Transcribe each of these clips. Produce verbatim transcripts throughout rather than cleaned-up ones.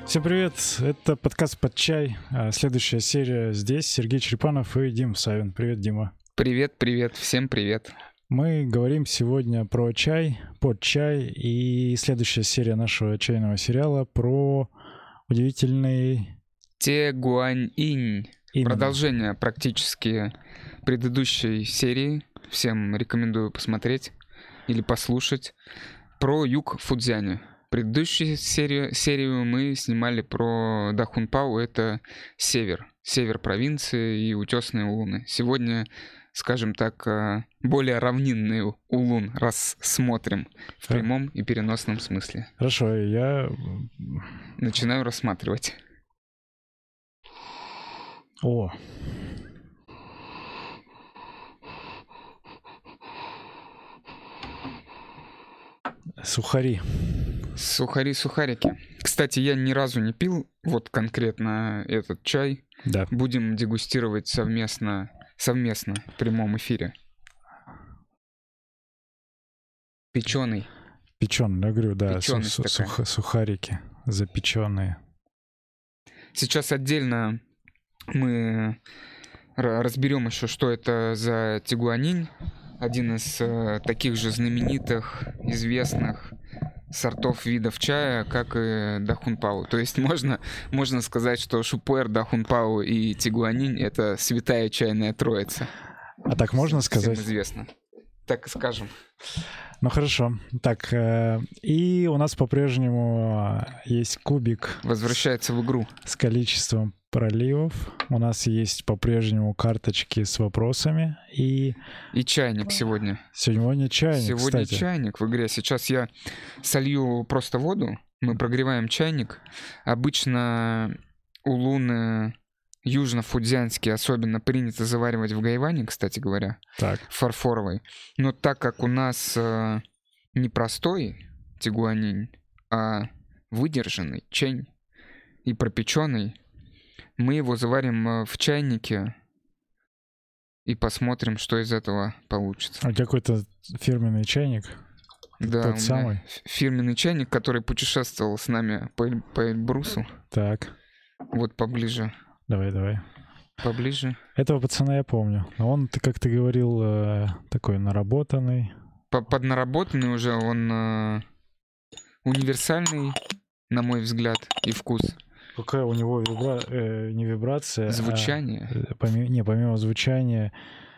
Всем привет, это подкаст «Под чай». Следующая серия здесь. Сергей Черепанов и Дима Савин. Привет, Дима. Привет, привет, всем привет. Мы говорим сегодня про чай, под чай, и следующая серия нашего чайного сериала про удивительный... Тегуаньинь. Именно. Продолжение практически предыдущей серии. Всем рекомендую посмотреть или послушать. Про юг Фудзяня. Предыдущую серию, серию мы снимали про Дахунпао, это север, север провинции и утесные улуны. Сегодня, скажем так, более равнинный улун рассмотрим в прямом и переносном смысле. Хорошо, я... Начинаю рассматривать. О! Сухари. Сухари-сухарики. Кстати, я ни разу не пил вот конкретно этот чай. Да. Будем дегустировать совместно, совместно в прямом эфире. Печеный. Печеный, я говорю, да, Печеный су- сух- сухарики запеченные. Сейчас отдельно мы разберем еще, что это за тегуанинь. Один из э, таких же знаменитых, известных сортов видов чая, как и Дахунпао. То есть можно, можно сказать, что Шупуэр, Дахунпао и тегуанинь — это святая чайная троица. А так можно сказать? Всем известно. Так и скажем. Ну хорошо. Так, э, и у нас по-прежнему есть кубик. Возвращается в игру. С количеством проливов. У нас есть по-прежнему карточки с вопросами. И, и чайник сегодня. Сегодня чайник, Сегодня кстати. чайник в игре. Сейчас я солью просто воду. Мы прогреваем чайник. Обычно улуны южно-фудзянские особенно принято заваривать в гайване, кстати говоря. Так. Фарфоровой. Но так как у нас э, не простой тегуанинь, а выдержанный чэнь и пропеченный, мы его заварим в чайнике и посмотрим, что из этого получится. А какой-то фирменный чайник? Да, тот самый фирменный чайник, который путешествовал с нами по, по Эльбрусу. Так. Вот поближе. Давай, давай. Поближе. Этого пацана я помню. Он, ты как ты говорил, э, такой наработанный. Поднаработанный уже, он э, универсальный, на мой взгляд, и вкус. Какая у него вибра... э, не вибрация, звучание. А, помимо, не, помимо звучания,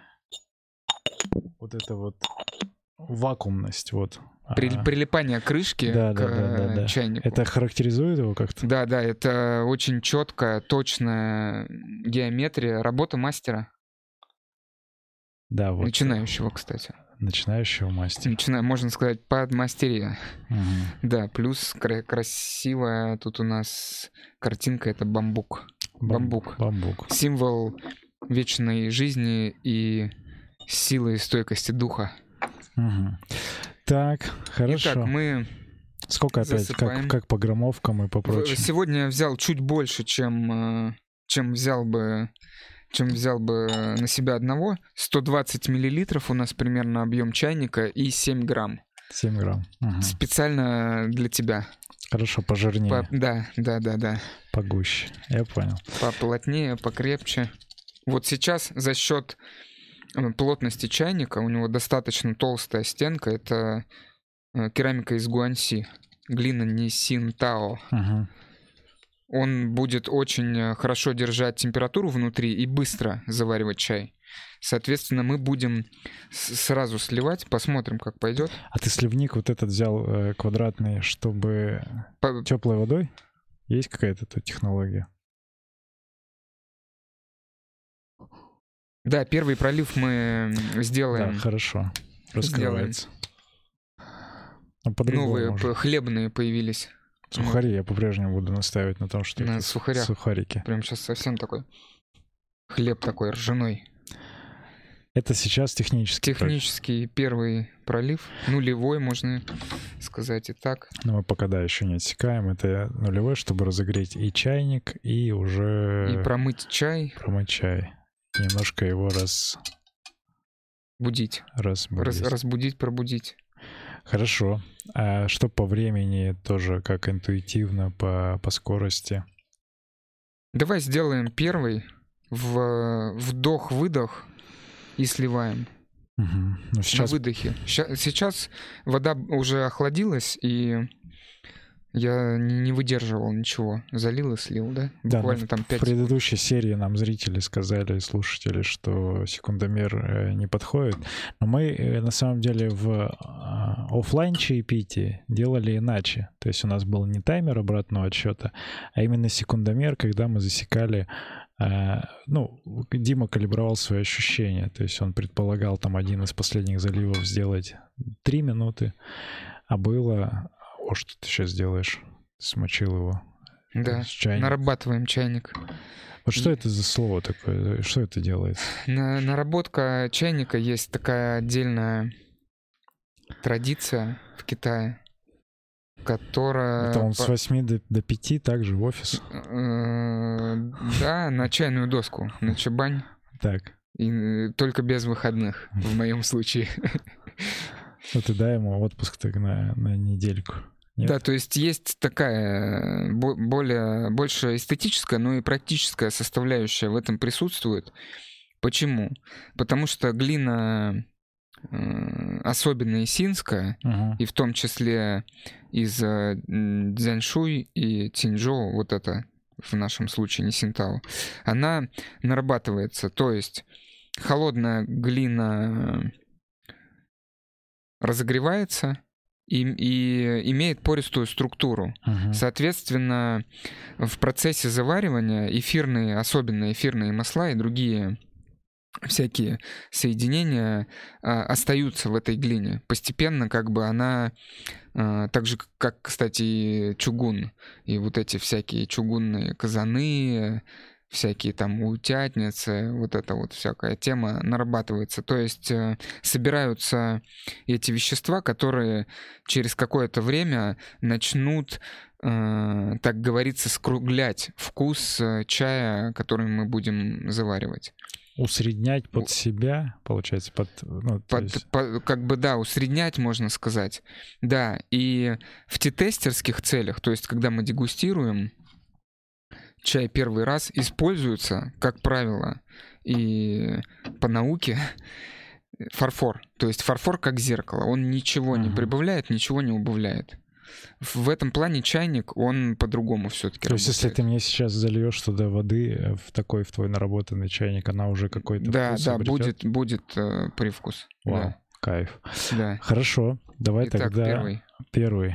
вот это вот вакуумность, вот. При, а, прилипание крышки да, к да, да, да, да. чайнику. Это характеризует его как-то? Да, да, это очень четкая, точная геометрия, работа мастера. Да, вот. Начинающего, кстати. Начинающего мастера. Начина... Можно сказать, подмастерье. Угу. Да, плюс кра- красивая тут у нас картинка, это бамбук. Бамбук. Бамбук. Символ вечной жизни и силы и стойкости духа. Угу. Так, хорошо. Итак, мы Сколько опять? Как, как по граммовкам и по прочему? Сегодня я взял чуть больше, чем, чем взял бы... чем взял бы на себя одного. сто двадцать миллилитров у нас примерно объем чайника и семь грамм. семь грамм. Угу. Специально для тебя. Хорошо, пожирнее. По, да, да, да, да. Погуще, я понял. Поплотнее, покрепче. Вот сейчас за счет плотности чайника, у него достаточно толстая стенка, это керамика из Гуанси, глина Нисинтао. Угу. Он будет очень хорошо держать температуру внутри и быстро заваривать чай. Соответственно, мы будем сразу сливать, посмотрим, как пойдет. А ты сливник вот этот взял э, квадратный, чтобы По... теплой водой? Есть какая-то тут технология? Да, первый пролив мы сделаем. Да, хорошо. Раскрывается. Ну, новые можно. хлебные появились. Сухари я по-прежнему буду настаивать на том, что на это сухарях. Сухарики. Прям сейчас совсем такой хлеб такой ржаной. Это сейчас технический Технический пролив. Первый пролив. Нулевой, можно сказать и так. Но мы пока, да, еще не отсекаем. Это нулевой, чтобы разогреть и чайник, и уже... И промыть чай. Промыть чай. Немножко его раз... Будить. Разбудить. Раз, разбудить, пробудить. Хорошо. А что по времени тоже, как интуитивно, по, по скорости? Давай сделаем первый в вдох-выдох и сливаем. Угу. Ну, сейчас... На выдохе. Ща- Сейчас вода уже охладилась, и я не не выдерживал ничего. Залил и слил, да? Да, но Буквально в, там в пять секунд. предыдущей серии нам зрители сказали, слушатели, что секундомер э, не подходит. Но мы э, на самом деле в э, оффлайн чаепитии делали иначе. То есть у нас был не таймер обратного отсчета, а именно секундомер, когда мы засекали, э, ну, Дима калибровал свои ощущения. То есть он предполагал там один из последних заливов сделать три минуты, а было... О, что ты сейчас делаешь? Смочил его. Да, Чайник. нарабатываем чайник. Вот что И- это за слово такое? Что это делает? На- Наработка чайника есть такая отдельная традиция в Китае, которая... Это он с по- восьми до, до пяти также в офис? э, Да, на чайную доску, на чабань. Так. И э, только без выходных, в моем случае. Ну ты дай ему отпуск так на, на недельку. Нет? Да, то есть есть такая бо- более, больше эстетическая, но и практическая составляющая в этом присутствует. Почему? Потому что глина э, особенно исинская, Ага. и в том числе из э, м, Цзяньшуй и Цинчжоу, вот это в нашем случае не Синтао, она нарабатывается. То есть холодная глина разогревается и, и имеет пористую структуру. Ага. Соответственно, в процессе заваривания эфирные, особенно эфирные масла и другие всякие соединения а, остаются в этой глине. Постепенно как бы она, а, так же как, кстати, и чугун, и вот эти всякие чугунные казаны, всякие там утятницы, вот эта вот всякая тема нарабатывается. То есть э, собираются эти вещества, которые через какое-то время начнут, э, так говорится, скруглять вкус э, чая, который мы будем заваривать. Усреднять под себя, получается, под... Ну, то Под, есть- по- как бы, да, усреднять, можно сказать. Да, и в тестерских целях, то есть когда мы дегустируем, чай первый раз используется, как правило, и по науке фарфор. То есть фарфор как зеркало. Он ничего не Мгм. прибавляет, ничего не убавляет. В этом плане чайник, он по-другому все-таки То есть, работает. если ты мне сейчас зальешь туда воды э, в такой, в твой наработанный чайник, она уже какой-то Да, вкус да, обретет? будет, будет э, привкус. Вау, кайф. Да, да. Хорошо, давай Итак, тогда первый. первый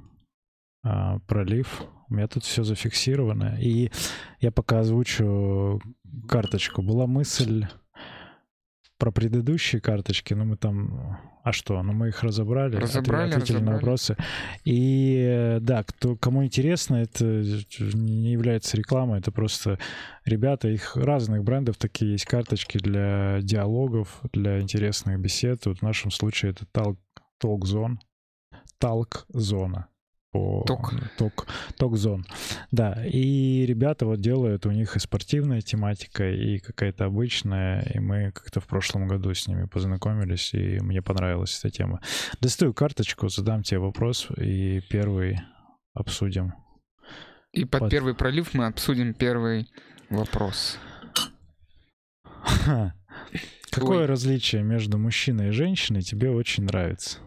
а, пролив. У меня тут все зафиксировано. И я пока озвучу карточку. Была мысль про предыдущие карточки, но мы там... А что? Ну, мы их разобрали, Разобрали, ответили на разобрали. вопросы. И э, да, кто, кому интересно, это не является рекламой, это просто ребята, их разных брендов такие есть карточки для диалогов, для интересных бесед. Вот в нашем случае это Talk, Talk Zone. Talk Zone. По... Ток. Ток, Ток Zone. Да, и ребята вот делают, у них и спортивная тематика, и какая-то обычная, и мы как-то в прошлом году с ними познакомились, и мне понравилась эта тема. Достаю карточку, задам тебе вопрос, и первый обсудим. И под Вот. первый пролив мы обсудим первый вопрос. Какое Ой. различие между мужчиной и женщиной тебе очень нравится?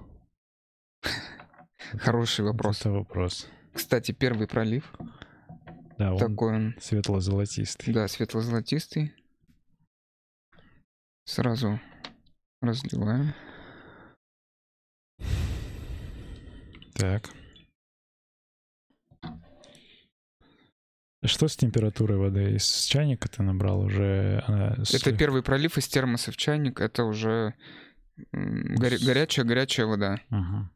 Хороший Вот вопрос. это вопрос. Кстати, первый пролив. Да, он Такой он, светло-золотистый. да, светло-золотистый. Сразу разливаем. Так. Что с температурой воды? Из чайника ты набрал уже? Она с- Это первый пролив из термоса в чайник. Это уже м, горя- горячая-горячая вода. Ага.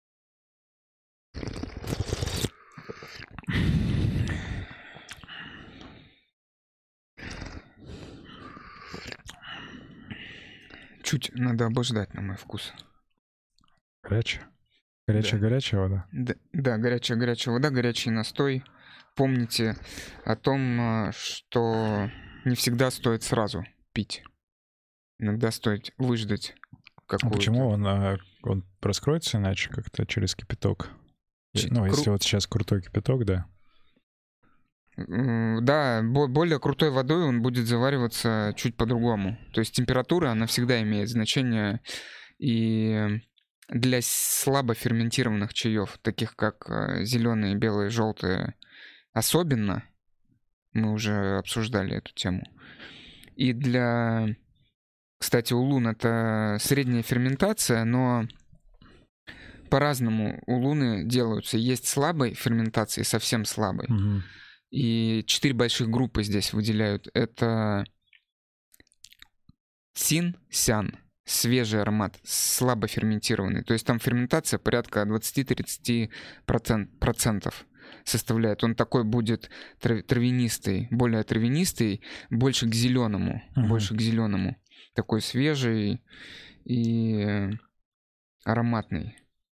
Чуть надо обождать, на мой вкус. Горячая? Горячая-горячая вода? Да, да, горячая-горячая вода, горячий настой. Помните о том, а, что не всегда стоит сразу пить. Иногда стоит выждать какую-то. А почему он, а, он раскроется иначе как-то через кипяток? Ч- Ну, кру- если вот сейчас крутой кипяток, да. М, Да, бо- более крутой водой он будет завариваться чуть по-другому. То есть температура, она всегда имеет значение. И для слабо ферментированных чаев, таких как зеленые, белые, желтые, особенно, мы уже обсуждали эту тему. И для... Кстати, улун — это средняя ферментация, но по-разному улуны делаются. Есть слабой ферментации, совсем слабой. Мгм. И четыре больших группы здесь выделяют. Это син, сян, свежий аромат, слабо ферментированный. То есть там ферментация порядка двадцать-тридцать процентов составляет. Он такой будет трав- травянистый, более травянистый, больше к зеленому, Мгм. больше к зеленому. Такой свежий и э, ароматный.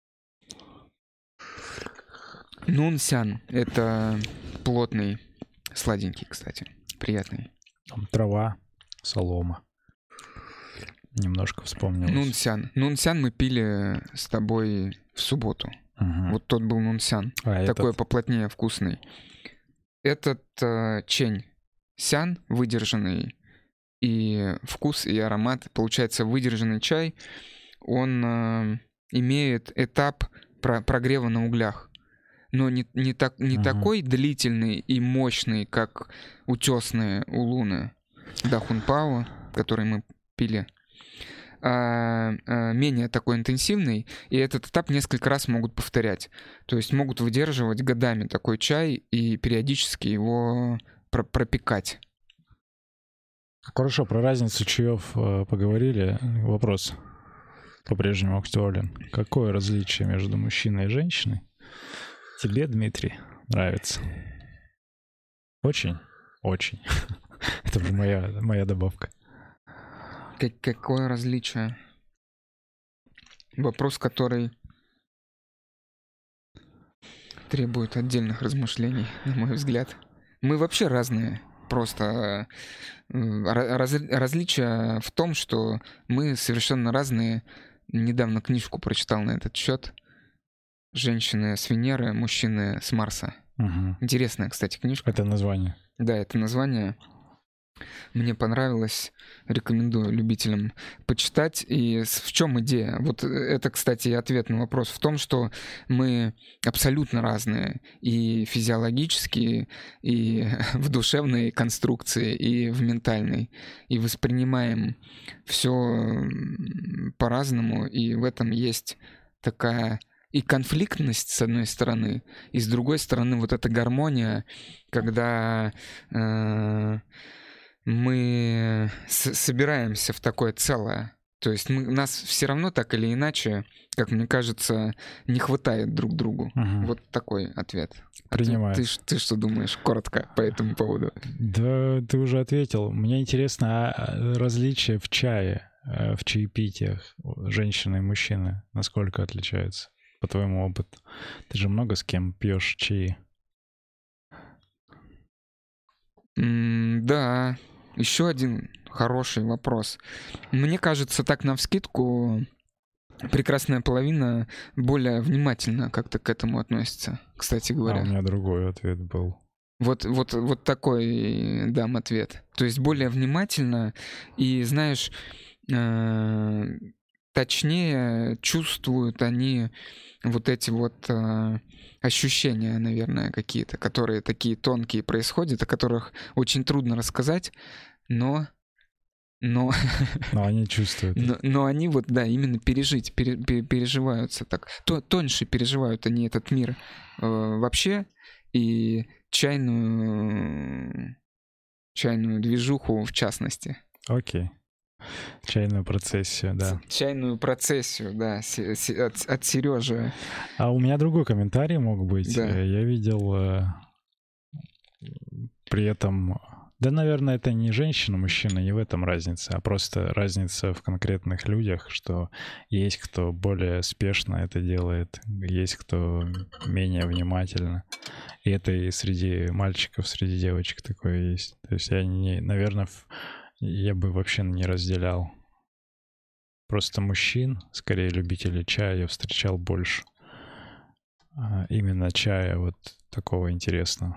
Нунсян — это плотный, сладенький, кстати, приятный. Там трава, солома. Немножко вспомнилось. Нунсян. Нунсян мы пили с тобой в субботу. Мгм. Вот тот был нунсян. А Такой этот? поплотнее, вкусный. Этот э, чень сян выдержанный, и вкус, и аромат. Получается, выдержанный чай, он э, имеет этап про- прогрева на углях. Но не, не, так, не Мгм. такой длительный и мощный, как утесные улуны Дахунпао, которые мы пили, а, а, менее такой интенсивный, и этот этап несколько раз могут повторять. То есть могут выдерживать годами такой чай и периодически его про- пропекать. Хорошо, про разницу чаев э, поговорили. Вопрос по-прежнему актуален. Какое различие между мужчиной и женщиной тебе, Дмитрий, нравится? Очень? Очень. Это уже моя, моя добавка. Как- какое различие? Вопрос, который требует отдельных размышлений, на мой взгляд. Мы вообще разные. Просто э, ра- раз- различие в том, что мы совершенно разные. Недавно книжку прочитал на этот счет. Женщины с Венеры, мужчины с Марса. Мгм. Интересная, кстати, книжка. Это название. Да, это название мне понравилось. Рекомендую любителям почитать. И с- в чем идея? Вот это, кстати, и ответ на вопрос. В том, что мы абсолютно разные. И физиологически, и в душевной конструкции, и в ментальной. И воспринимаем все по-разному. И в этом есть такая и конфликтность, с одной стороны, и с другой стороны вот эта гармония, когда э, мы с- собираемся в такое целое. То есть мы, нас все равно так или иначе, как мне кажется, не хватает друг другу. Мгм. Вот такой ответ. А ты- Принимаю. Ты, ш- ты что думаешь коротко по этому поводу? Да, ты уже ответил. Мне интересно, а различия в чае, э, в чаепитиях женщины и мужчины, насколько отличаются, по твоему опыту? Ты же много с кем пьешь чаи. М, да, еще один хороший вопрос. Мне кажется, так навскидку прекрасная половина более внимательно как-то к этому относится, кстати А говоря. у меня другой ответ был. Вот, вот, вот такой дам ответ. То есть более внимательно и, знаешь, э, точнее чувствуют они вот эти вот э, ощущения, наверное, какие-то, которые такие тонкие происходят, о которых очень трудно рассказать, но, но, Но они чувствуют. но, но они вот, да, именно пережить, пере- пере- переживаются так. То, тоньше переживают они этот мир э, вообще, и чайную, чайную движуху в частности. Окей. Чайную процессию, да. Ц- Чайную процессию, да, се- се- от, от Сережи. А у меня другой комментарий мог быть. Да. Э, Я видел э, при этом... Да, наверное, это не женщина, мужчина, не в этом разница, а просто разница в конкретных людях, что есть кто более спешно это делает, есть кто менее внимательно. И это и среди мальчиков, среди девочек такое есть. То есть я, не, наверное, в- я бы вообще не разделял просто мужчин, скорее любителей чая, я встречал больше. Именно чая вот такого интересного.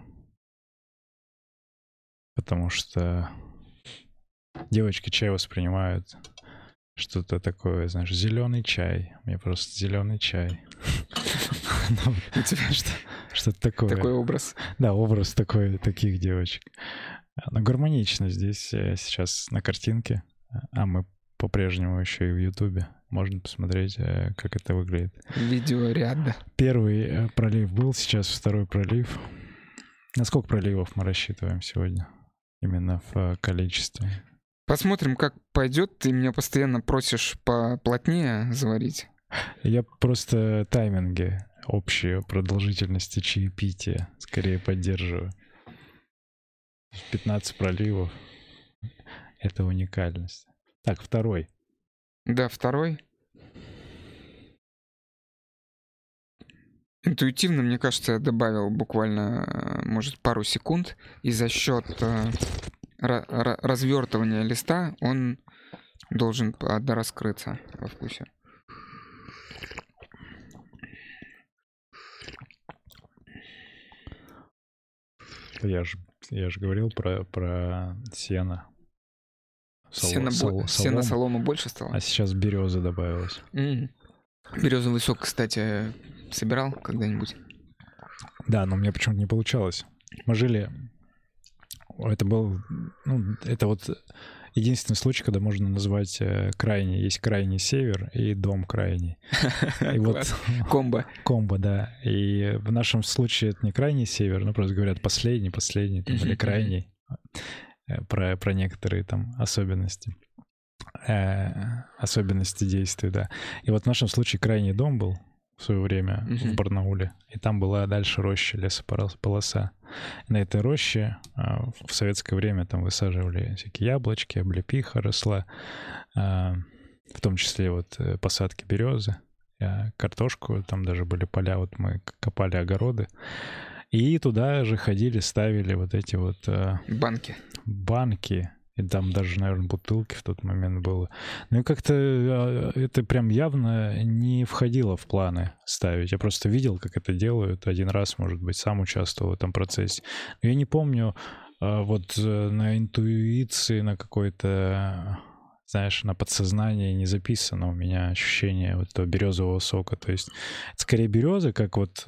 Потому что девочки чай воспринимают что-то такое, знаешь, зеленый чай. Мне просто зеленый чай. У тебя что-то такое. Такой образ. Да, образ такой, таких девочек. Но гармонично здесь сейчас на картинке. А мы по-прежнему еще и в Ютубе. Можно посмотреть, как это выглядит. Видеоряд. Первый пролив был, сейчас второй пролив. На сколько проливов мы рассчитываем сегодня? Именно в количестве. Посмотрим, как пойдет. Ты меня постоянно просишь поплотнее заварить. Я просто тайминги общие продолжительности чаепития скорее поддерживаю. пятнадцать проливов — это уникальность. Так, второй. Да, второй. Интуитивно, мне кажется, я добавил буквально, может, пару секунд, и за счет э, ра- развертывания листа он должен дораскрыться во вкусе. Я же я же говорил про, про сено. Сол, сено, сол, сено солома больше стало? А сейчас береза добавилась. Mm. Березовый сок, кстати, собирал когда-нибудь? Да, но у меня почему-то не получалось. Мы жили... Это был... Ну, это вот единственный случай, когда можно назвать крайний. Есть крайний север и дом крайний. И вот комбо. Комбо, да. И в нашем случае это не крайний север, ну, просто говорят последний, последний, там, или крайний. Про, про некоторые там особенности. Э, особенности действия, да. И вот в нашем случае крайний дом был в свое время uh-huh. в Барнауле. И там была дальше роща, лесополоса. И на этой роще э, в советское время там высаживали всякие яблочки, облепиха росла, э, в том числе вот посадки березы, э, картошку, там даже были поля, вот мы копали огороды. И туда же ходили, ставили вот эти вот... Э, банки. Банки. И там даже, наверное, бутылки в тот момент было. Ну и как-то это прям явно не входило в планы ставить. Я просто видел, как это делают. Один раз, может быть, сам участвовал в этом процессе. Но я не помню, вот на интуиции, на какой-то, знаешь, на подсознании не записано у меня ощущение вот этого березового сока. То есть это скорее береза, как вот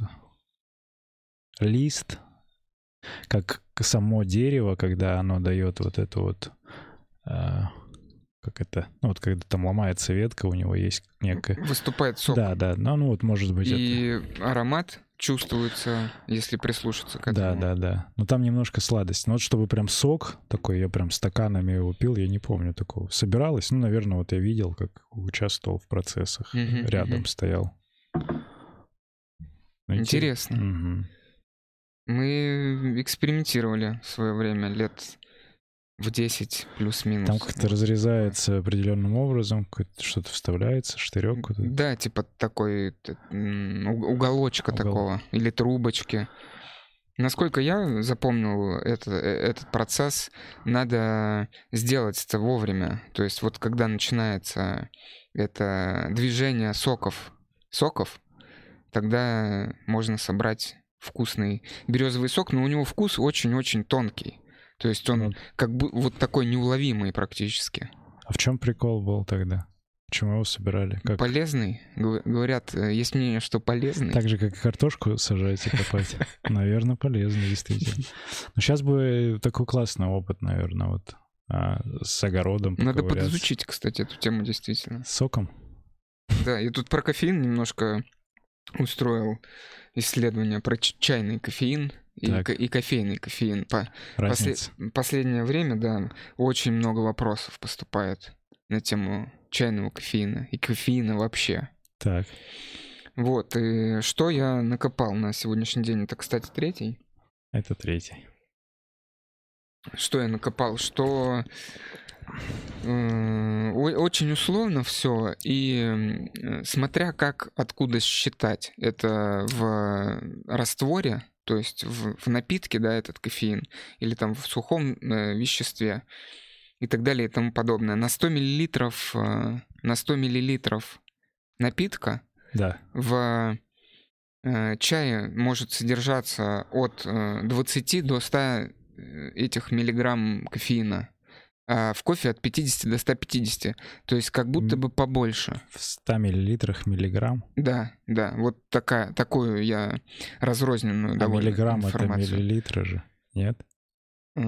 лист, как само дерево, когда оно дает вот эту вот, э, как это, ну вот когда там ломается ветка, у него есть некая... Выступает сок. Да, да, ну, ну вот может быть и это... аромат чувствуется, если прислушаться к этому. Да, да, да. Но там немножко сладость. Но вот чтобы прям сок такой, я прям стаканами его пил, я не помню такого. Собиралось, ну, наверное, вот я видел, как участвовал в процессах, uh-huh, рядом uh-huh. стоял. Ну, интересно. Угу. Мы экспериментировали в свое время лет в десять плюс-минус. Там как-то вот разрезается определенным образом, что-то вставляется, штырек. Да, типа такой уголочка Угол. такого, или трубочки. Насколько я запомнил это, этот процесс, надо сделать это вовремя. То есть вот когда начинается это движение соков, соков, тогда можно собрать вкусный березовый сок, но у него вкус очень-очень тонкий. То есть он вот. как бы вот такой неуловимый практически. А в чем прикол был тогда? Почему его собирали? Как... Полезный. Говорят, есть мнение, что полезный. Так же, как и картошку сажать и копать. Наверное, полезный, действительно. Но сейчас бы такой классный опыт, наверное, вот с огородом. Надо подизучить, кстати, эту тему действительно. С соком? Да, я тут про кофеин немножко устроил исследование про чайный кофеин и, ко- и кофейный кофеин. По после- последнее время, да, очень много вопросов поступает на тему чайного кофеина и кофеина вообще. Так. Вот, и что я накопал на сегодняшний день? Это, кстати, третий. Это третий. Что я накопал? Что э, очень условно все, и э, смотря как, откуда считать. Это в растворе, то есть в, в напитке, да, этот кофеин, или там в сухом э, веществе и так далее и тому подобное. На сто миллилитров э, на сто миллилитров напитка Да. в э, чае может содержаться от э, двадцати до ста этих миллиграмм кофеина, а в кофе от пятидесяти до ста пятидесяти. То есть как будто М. бы побольше. В ста миллилитрах миллиграмм. Да, да, вот такая, такую я разрозненную А довольно миллиграмм это информацию. миллилитры же, нет? Э,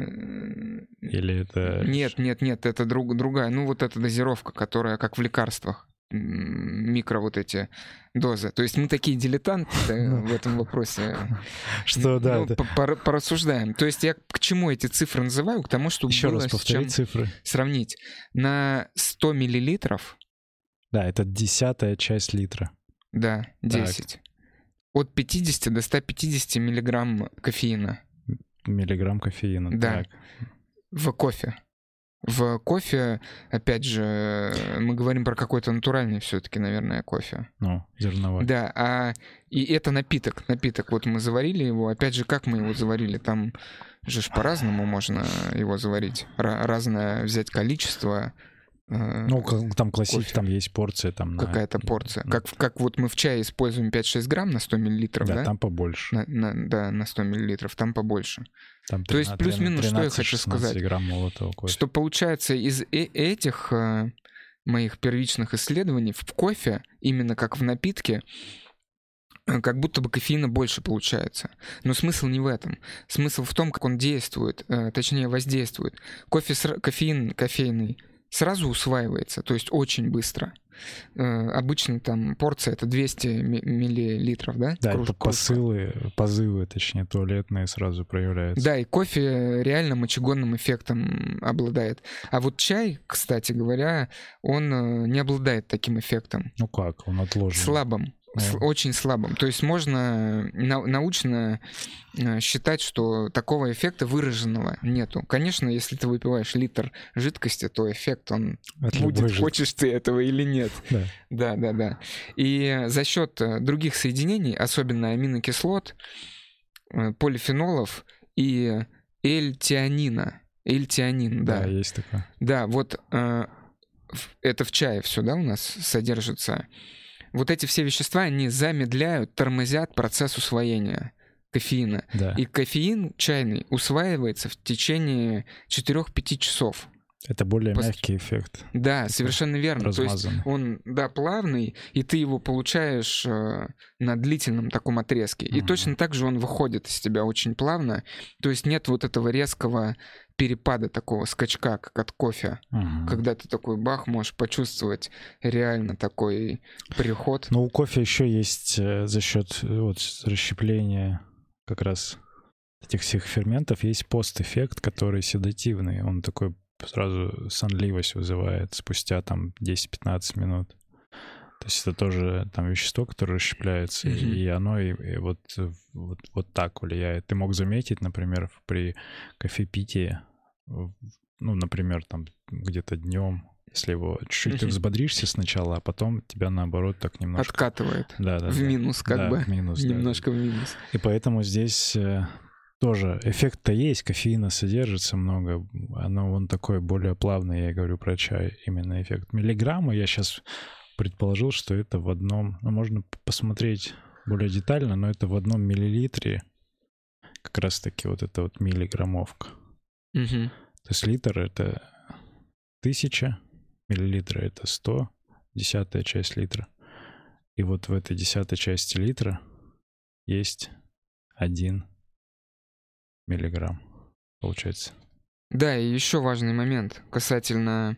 Или это... Нет, нет, нет, это друг, другая. Ну, вот эта дозировка, которая как в лекарствах. М, Микро вот эти дозы. То есть мы такие дилетанты Ну. в этом вопросе. Что, да, Ну, это... по- пора- порассуждаем. То есть я к чему эти цифры называю? К тому, чтобы Еще было раз с чем повтори цифры. сравнить. На сто миллилитров, Да, это десятая часть литра. да, десять. От пятидесяти до ста пятидесяти миллиграмм кофеина Миллиграмм кофеина. Да. Так. в кофе. В кофе, опять же, мы говорим про какой-то натуральный все-таки, наверное, кофе. Ну, зерновой. Да, а и это напиток. Напиток, вот мы заварили его. Опять же, как мы его заварили? Там же ж по-разному можно его заварить. Ра- разное взять количество. э, Ну, как- там классик, кофе. там есть порция. Там на- Какая-то порция. Ну, Как, как вот мы в чае используем пять-шесть грамм на сто миллилитров, Да, да? там побольше. На, на- да, на сто миллилитров, там побольше. Там То есть тринадцать плюс-минус, что я хочу тринадцать-шестнадцать сказать? грамм молотого кофе. Что получается из э- этих э, моих первичных исследований в кофе, именно как в напитке, э, как будто бы кофеина больше получается. Но смысл не в этом. Смысл в том, как он действует, э, точнее воздействует. Кофе, сра- кофеин кофейный сразу усваивается, то есть очень быстро. Э, обычно там порция это двести ми- миллилитров, да? Да, Круж- это кружка. посылы, позывы, точнее, туалетные сразу проявляются. Да, и кофе реально мочегонным эффектом обладает. А вот чай, кстати говоря, он э, не обладает таким эффектом. Ну как, он отложен. Слабым. с- Ну. Очень слабым. То есть можно на- научно э, считать, что такого эффекта выраженного нету. Конечно, если ты выпиваешь литр жидкости, то эффект он От будет, любой жидкости. хочешь ты этого или нет. Да. Да, да, да. И за счет э, других соединений, особенно аминокислот, э, полифенолов и L-тианина. L-тианин, Да, да. есть такое. Да, вот э, в- это в чае все, да, у нас содержится. Вот эти все вещества, они замедляют, тормозят процесс усвоения кофеина. Да. И кофеин чайный усваивается в течение четырёх-пяти часов. Это более Пос- мягкий эффект. Да, совершенно верно. То есть Размазанный. он, да, плавный, и ты его получаешь э, на длительном таком отрезке. И Мгм. точно так же он выходит из тебя очень плавно. То есть нет вот этого резкого перепада, такого скачка, как от кофе. Мгм. Когда ты такой бах, можешь почувствовать реально такой переход. Но у кофе еще есть э, за счет э, вот расщепления как раз этих всех ферментов есть постэффект, который седативный. Он такой сразу сонливость вызывает спустя там десять-пятнадцать минут. То есть это тоже там вещество, которое расщепляется, Мгм. и оно и, и вот, вот, вот так влияет. Ты мог заметить, например, при кофепитии, в- ну, например, там где-то днем, если его чуть-чуть ты Мгм. взбодришься сначала, а потом тебя наоборот так немножко... Откатывает. Да, да, В да. минус, как Да, бы. в минус, да, да. Немножко в минус. И поэтому здесь э, тоже эффект-то есть, кофеина содержится много, оно он такой более плавный, я и говорю про чай, именно эффект. Миллиграммы я сейчас предположил, что это в одном, ну, можно п- посмотреть более детально, но это в одном миллилитре как раз-таки вот эта вот миллиграммовка. Мгм. То есть литр — это тысяча, миллилитра — это сто, десятая часть литра. И вот в этой десятой части литра есть один миллиграмм, получается. Да, и еще важный момент касательно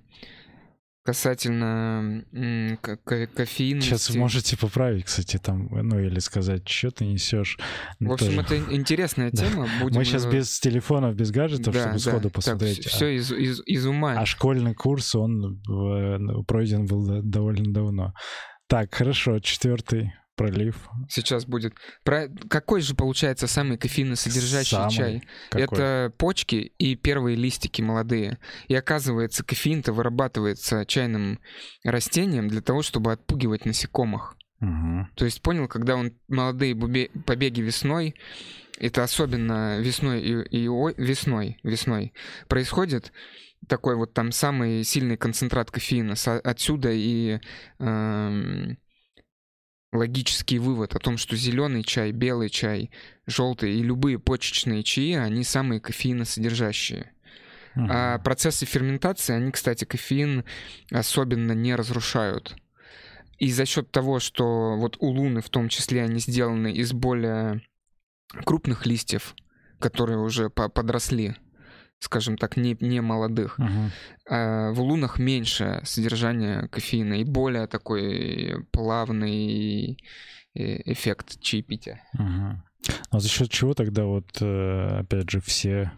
касательно м, ко- ко- кофеинности. Сейчас можете поправить, кстати, там, ну или сказать, что ты несешь. В общем, Тоже. это интересная Да. тема. Будем Мы сейчас её- без телефонов, без гаджетов, Да, чтобы да. сходу Так, посмотреть. все из, из, из ума. А, а школьный курс, он э, пройден был да- довольно давно. Так, хорошо, четвертый пролив. Сейчас будет. Про... Какой же получается самый кофеиносодержащий Самый чай? какой? Это почки и первые листики молодые. И оказывается, кофеин-то вырабатывается чайным растением для того, чтобы отпугивать насекомых. Мгм. То есть, понял, когда он молодые бубе- побеги весной, это особенно весной и, и о- весной, весной происходит, такой вот там самый сильный концентрат кофеина. Отсюда и э, логический вывод о том, что зеленый чай, белый чай, желтый и любые почечные чаи, они самые кофеиносодержащие. Uh-huh. А процессы ферментации, они, кстати, кофеин особенно не разрушают. И за счет того, что вот улуны в том числе, они сделаны из более крупных листьев, которые уже подросли, скажем так, не, не молодых, uh-huh. а в улунах меньше содержания кофеина и более такой плавный эффект чаепития. Uh-huh. А за счет чего тогда вот, опять же, все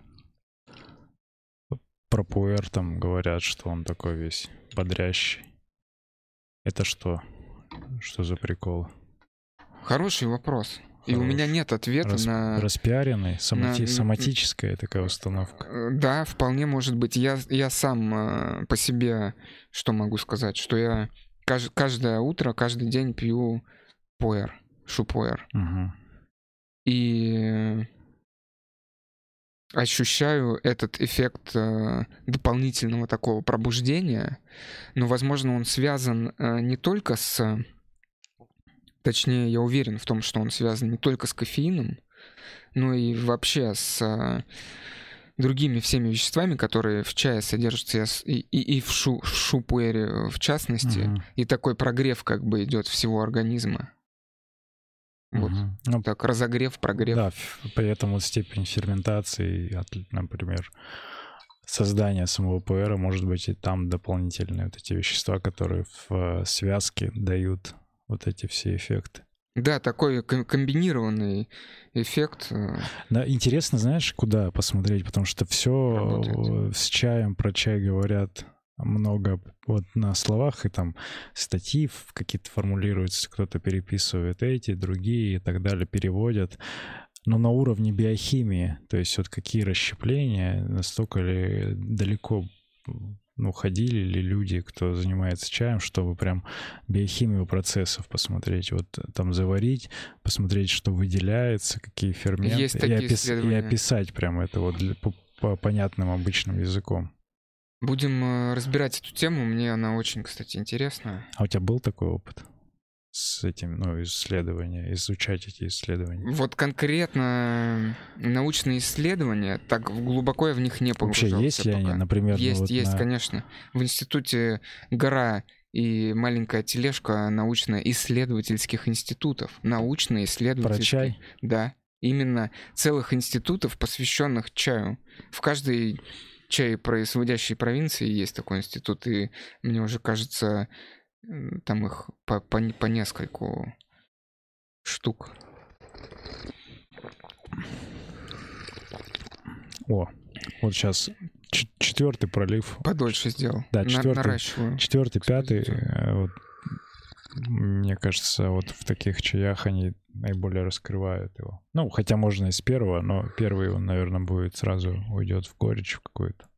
про пуэр там говорят, что он такой весь бодрящий? Это что? Что за прикол? Хороший вопрос. Хорош. И у меня нет ответа Рас, на... Распиаренный, сомати... на... соматическая такая установка. Да, вполне может быть. Я, я сам э, по себе что могу сказать? Что я кажд... каждое утро, каждый день пью пуэр, шупуэр. Угу. И ощущаю этот эффект э, дополнительного такого пробуждения, но, возможно, он связан э, не только с... Точнее, я уверен в том, что он связан не только с кофеином, но и вообще с э, другими всеми веществами, которые в чае содержатся, и, и, и в, шу, в шупуэре в частности, uh-huh. и такой прогрев как бы идет всего организма. Вот uh-huh. ну, так, разогрев, прогрев. Да, при этом вот степень ферментации, например, создания самого пуэра, может быть, и там дополнительные вот эти вещества, которые в связке дают вот эти все эффекты. Да, такой комбинированный эффект. Да, интересно, знаешь, куда посмотреть, потому что все работает. С чаем про чай говорят много вот на словах, и там статьи какие-то формулируются, кто-то переписывает эти, другие и так далее, переводят. Но на уровне биохимии, то есть вот какие расщепления, настолько ли далеко, ну, ходили ли люди, кто занимается чаем, чтобы прям биохимию процессов посмотреть, вот там заварить, посмотреть, что выделяется, какие ферменты, Есть такие и, опис- исследования. И описать прям это вот для, по, по понятным обычным языком. Будем э, разбирать эту тему, мне она очень, кстати, интересна. А у тебя был такой опыт с этим, ну, исследования, изучать эти исследования? Вот конкретно научные исследования, так глубоко я в них не погружался. Вообще есть ли пока. они, например? Есть, ну, вот есть, на... конечно. В институте ГОРА и маленькая тележка научно-исследовательских институтов. Научно-исследовательских. Про чай? Да. Именно целых институтов, посвященных чаю. В каждой чаепроизводящей провинции есть такой институт, и мне уже кажется, там их по, по, по нескольку штук. О, вот сейчас ч- четвертый пролив. Подольше сделал. Да, четвертый, наращиваю. четвертый, пятый. Вот, мне кажется, вот в таких чаях они наиболее раскрывают его. Ну, хотя можно и с первого, но первый он, наверное, будет сразу уйдет в горечь в какую-то.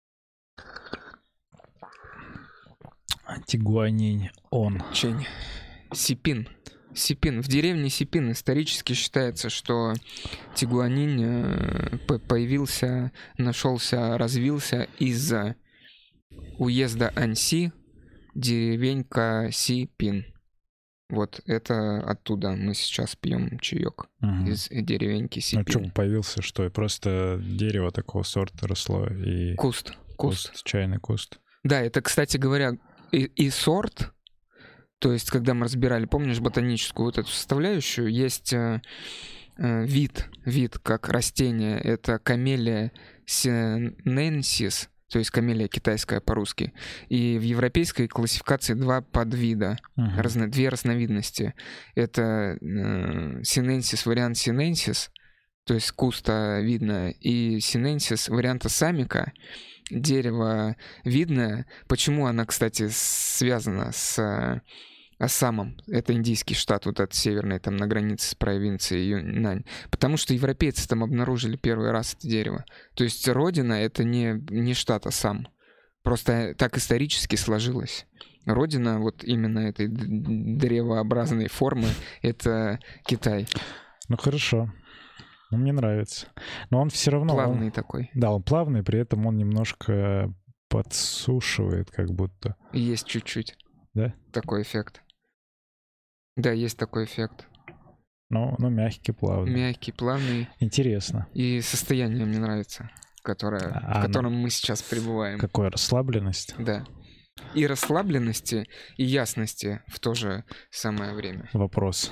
Тигуанинь он. Чень. Сипин. Сипин. В деревне Сипин исторически считается, что Тигуанинь появился, нашелся, развился из-за уезда Аньси, деревенька Сипин. Вот это оттуда мы сейчас пьем чаек угу. из деревеньки Сипин. Ну что, появился что? Просто дерево такого сорта росло и... Куст. Куст. Куст, чайный куст. Да, это, кстати говоря, и, и сорт, то есть, когда мы разбирали, помнишь, ботаническую вот эту составляющую, есть э, э, вид, вид как растение, это камелия синенсис, то есть камелия китайская по-русски. И в европейской классификации два подвида, uh-huh. разно, две разновидности. Это э, синенсис, вариант синенсис, то есть куста видно, и синенсис варианта самика, дерево видное. Почему она, кстати, связана с Ассамом? Это индийский штат, вот этот северный, там на границе с провинцией Юньнань. Потому что европейцы там обнаружили первый раз это дерево. То есть родина — это не, не штат Ассам. Просто так исторически сложилось. Родина вот именно этой древообразной формы — это Китай. Ну хорошо. Мне нравится. Но он все равно... Плавный он, такой. Да, он плавный, при этом он немножко подсушивает как будто. Есть чуть-чуть. Да? Такой эффект. Да, есть такой эффект. Ну, ну мягкий, плавный. Мягкий, плавный. Интересно. И состояние мне нравится, которое, А, в котором ну, мы сейчас пребываем. Какая расслабленность. Да. И расслабленности, и ясности в то же самое время. Вопрос.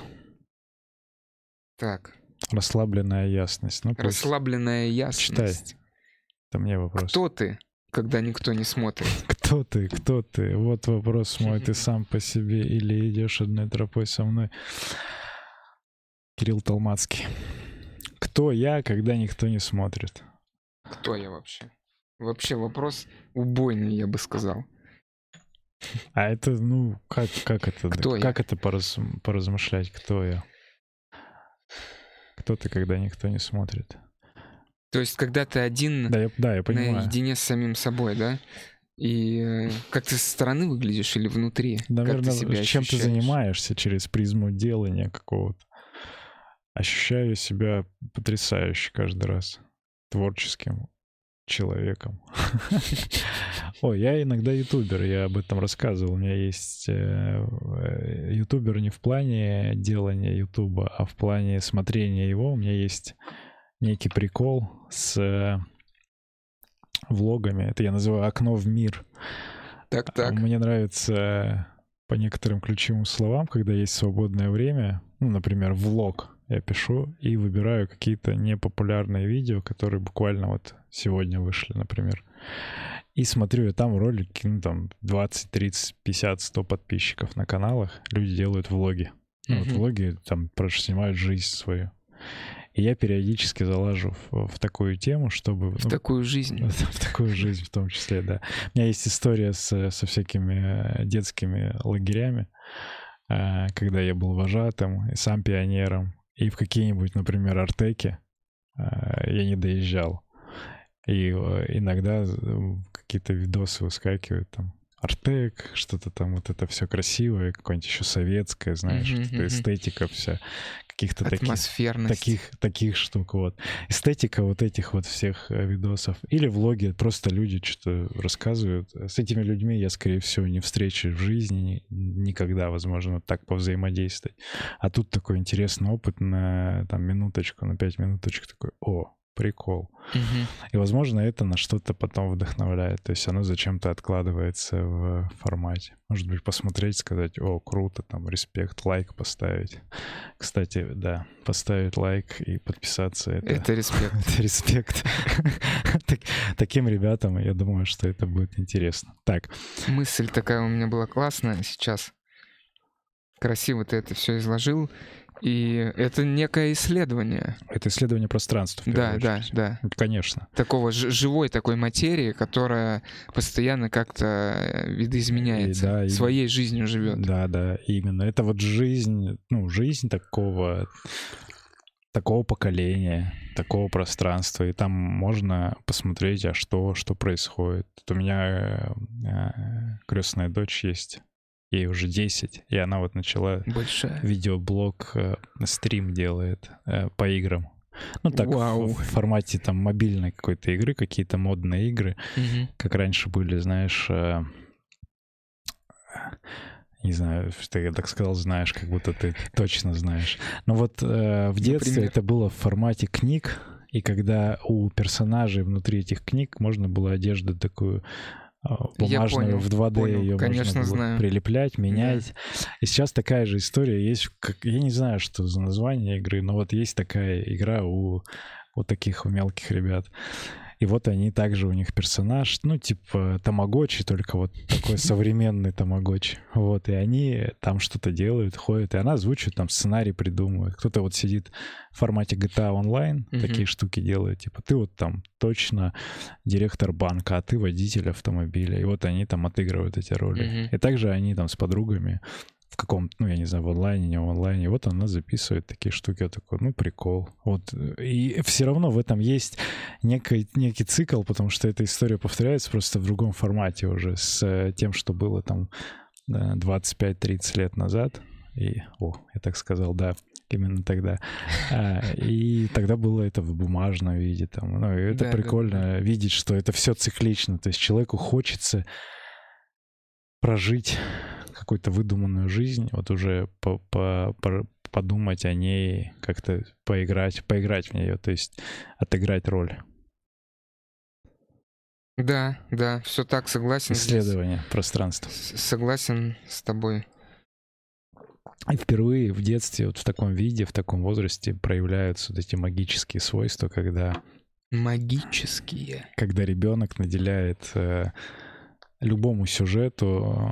Так. Расслабленная ясность. Ну, пусть. Расслабленная ясность. Читай. Это мне вопрос. Кто ты, когда никто не смотрит? Кто ты? Кто ты? Вот вопрос мой. Ты сам по себе или идешь одной тропой со мной? Кирилл Толмацкий. Кто я, когда никто не смотрит? Кто я вообще? Вообще вопрос убойный, я бы сказал. А это, ну, как, как это? Кто как я? это пораз, поразмышлять? Кто я? Кто ты, когда никто не смотрит? То есть, когда ты один, Да, я, да, я понимаю. наедине с самим собой, да? И э, как ты со стороны выглядишь или внутри? Наверное, как ты себя чем ты ощущаешь? занимаешься через призму делания какого-то. Ощущаю себя потрясающе каждый раз. Творческим человеком. Ой, я иногда ютубер, я об этом рассказывал. У меня есть э, ютубер не в плане делания ютуба, а в плане смотрения его. У меня есть некий прикол с э, влогами. Это я называю окно в мир. Так, так. Мне нравится по некоторым ключевым словам, когда есть свободное время, ну, например, влог. Я пишу и выбираю какие-то непопулярные видео, которые буквально вот сегодня вышли, например. И смотрю, и там ролики, ну, там двадцать, тридцать, пятьдесят, сто подписчиков на каналах. Люди делают влоги. Mm-hmm. Вот влоги там просто снимают жизнь свою. И я периодически залажу в, в такую тему, чтобы... В ну, такую жизнь. В такую жизнь в том числе, да. У меня есть история с, со всякими детскими лагерями, когда я был вожатым и сам пионером. И в какие-нибудь, например, артеки я не доезжал. И иногда какие-то видосы выскакивают там. Артек, что-то там, вот это все красивое, какое-нибудь еще советское, знаешь, mm-hmm, вот эта эстетика вся, каких-то таких, таких, таких штук, вот. Эстетика вот этих вот всех видосов. Или влоги, просто люди что-то рассказывают. С этими людьми я, скорее всего, не встречусь в жизни никогда, возможно, так повзаимодействовать. А тут такой интересный опыт на там минуточку, на пять минуточек такой, о, прикол. Uh-huh. И, возможно, это на что-то потом вдохновляет. То есть оно зачем-то откладывается в формате. Может быть, посмотреть, сказать, о, круто, там, респект, лайк поставить. Кстати, да, поставить лайк и подписаться. Это, это респект. Это респект. Таким ребятам, я думаю, что это будет интересно. Так. Мысль такая у меня была классная сейчас. Красиво ты это все изложил. И это некое исследование. Это исследование пространства. Да, да, да. Конечно. Такого ж- живой такой материи, которая постоянно как-то видоизменяется, и, да, своей и... жизнью живет. Да, да, именно. Это вот жизнь, ну, жизнь такого, такого поколения, такого пространства. И там можно посмотреть, а что, что происходит. Вот у меня э, крестная дочь есть. Ей уже десять, и она вот начала Большая. Видеоблог, э, стрим делает э, по играм. Ну так, в, в формате там мобильной какой-то игры, какие-то модные игры, угу. Как раньше были, знаешь, э, не знаю, что я так сказал, знаешь, как будто ты точно знаешь. Но вот э, в детстве Например? Это было в формате книг, и когда у персонажей внутри этих книг можно было одежду такую бумажную в два дэ, понял. Ее Конечно, можно было знаю. Прилеплять, менять. Да. И сейчас такая же история есть, как, я не знаю, что за название игры, но вот есть такая игра у вот таких у мелких ребят. И вот они также, у них персонаж, ну, типа тамагочи, только вот такой современный тамагочи. Вот, и они там что-то делают, ходят, и она озвучивает, там сценарий придумывает. Кто-то вот сидит в формате джи ти эй Online, uh-huh. такие штуки делают. Типа ты вот там точно директор банка, а ты водитель автомобиля. И вот они там отыгрывают эти роли. Uh-huh. И также они там с подругами в каком-то, ну, я не знаю, в онлайне, не в онлайне. Вот она записывает такие штуки. Я такой, ну, прикол. Вот. И все равно в этом есть некий, некий цикл, потому что эта история повторяется просто в другом формате уже с тем, что было там двадцать пять тридцать лет назад. И, о, я так сказал, да. именно тогда. А, и тогда было это в бумажном виде. Там. Ну, и это Да, прикольно да, да. видеть, что это все циклично. То есть человеку хочется прожить какую-то выдуманную жизнь, вот уже по -по -по подумать о ней, как-то поиграть, поиграть в нее, то есть отыграть роль. Да, да, все так, согласен здесь. Исследование пространства. С- Согласен с тобой. И впервые в детстве, вот в таком виде, в таком возрасте проявляются вот эти магические свойства, когда, Магические. когда ребенок наделяет э, любому сюжету,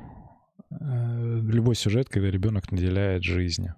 э, любой сюжет, когда ребенок наделяет жизнью.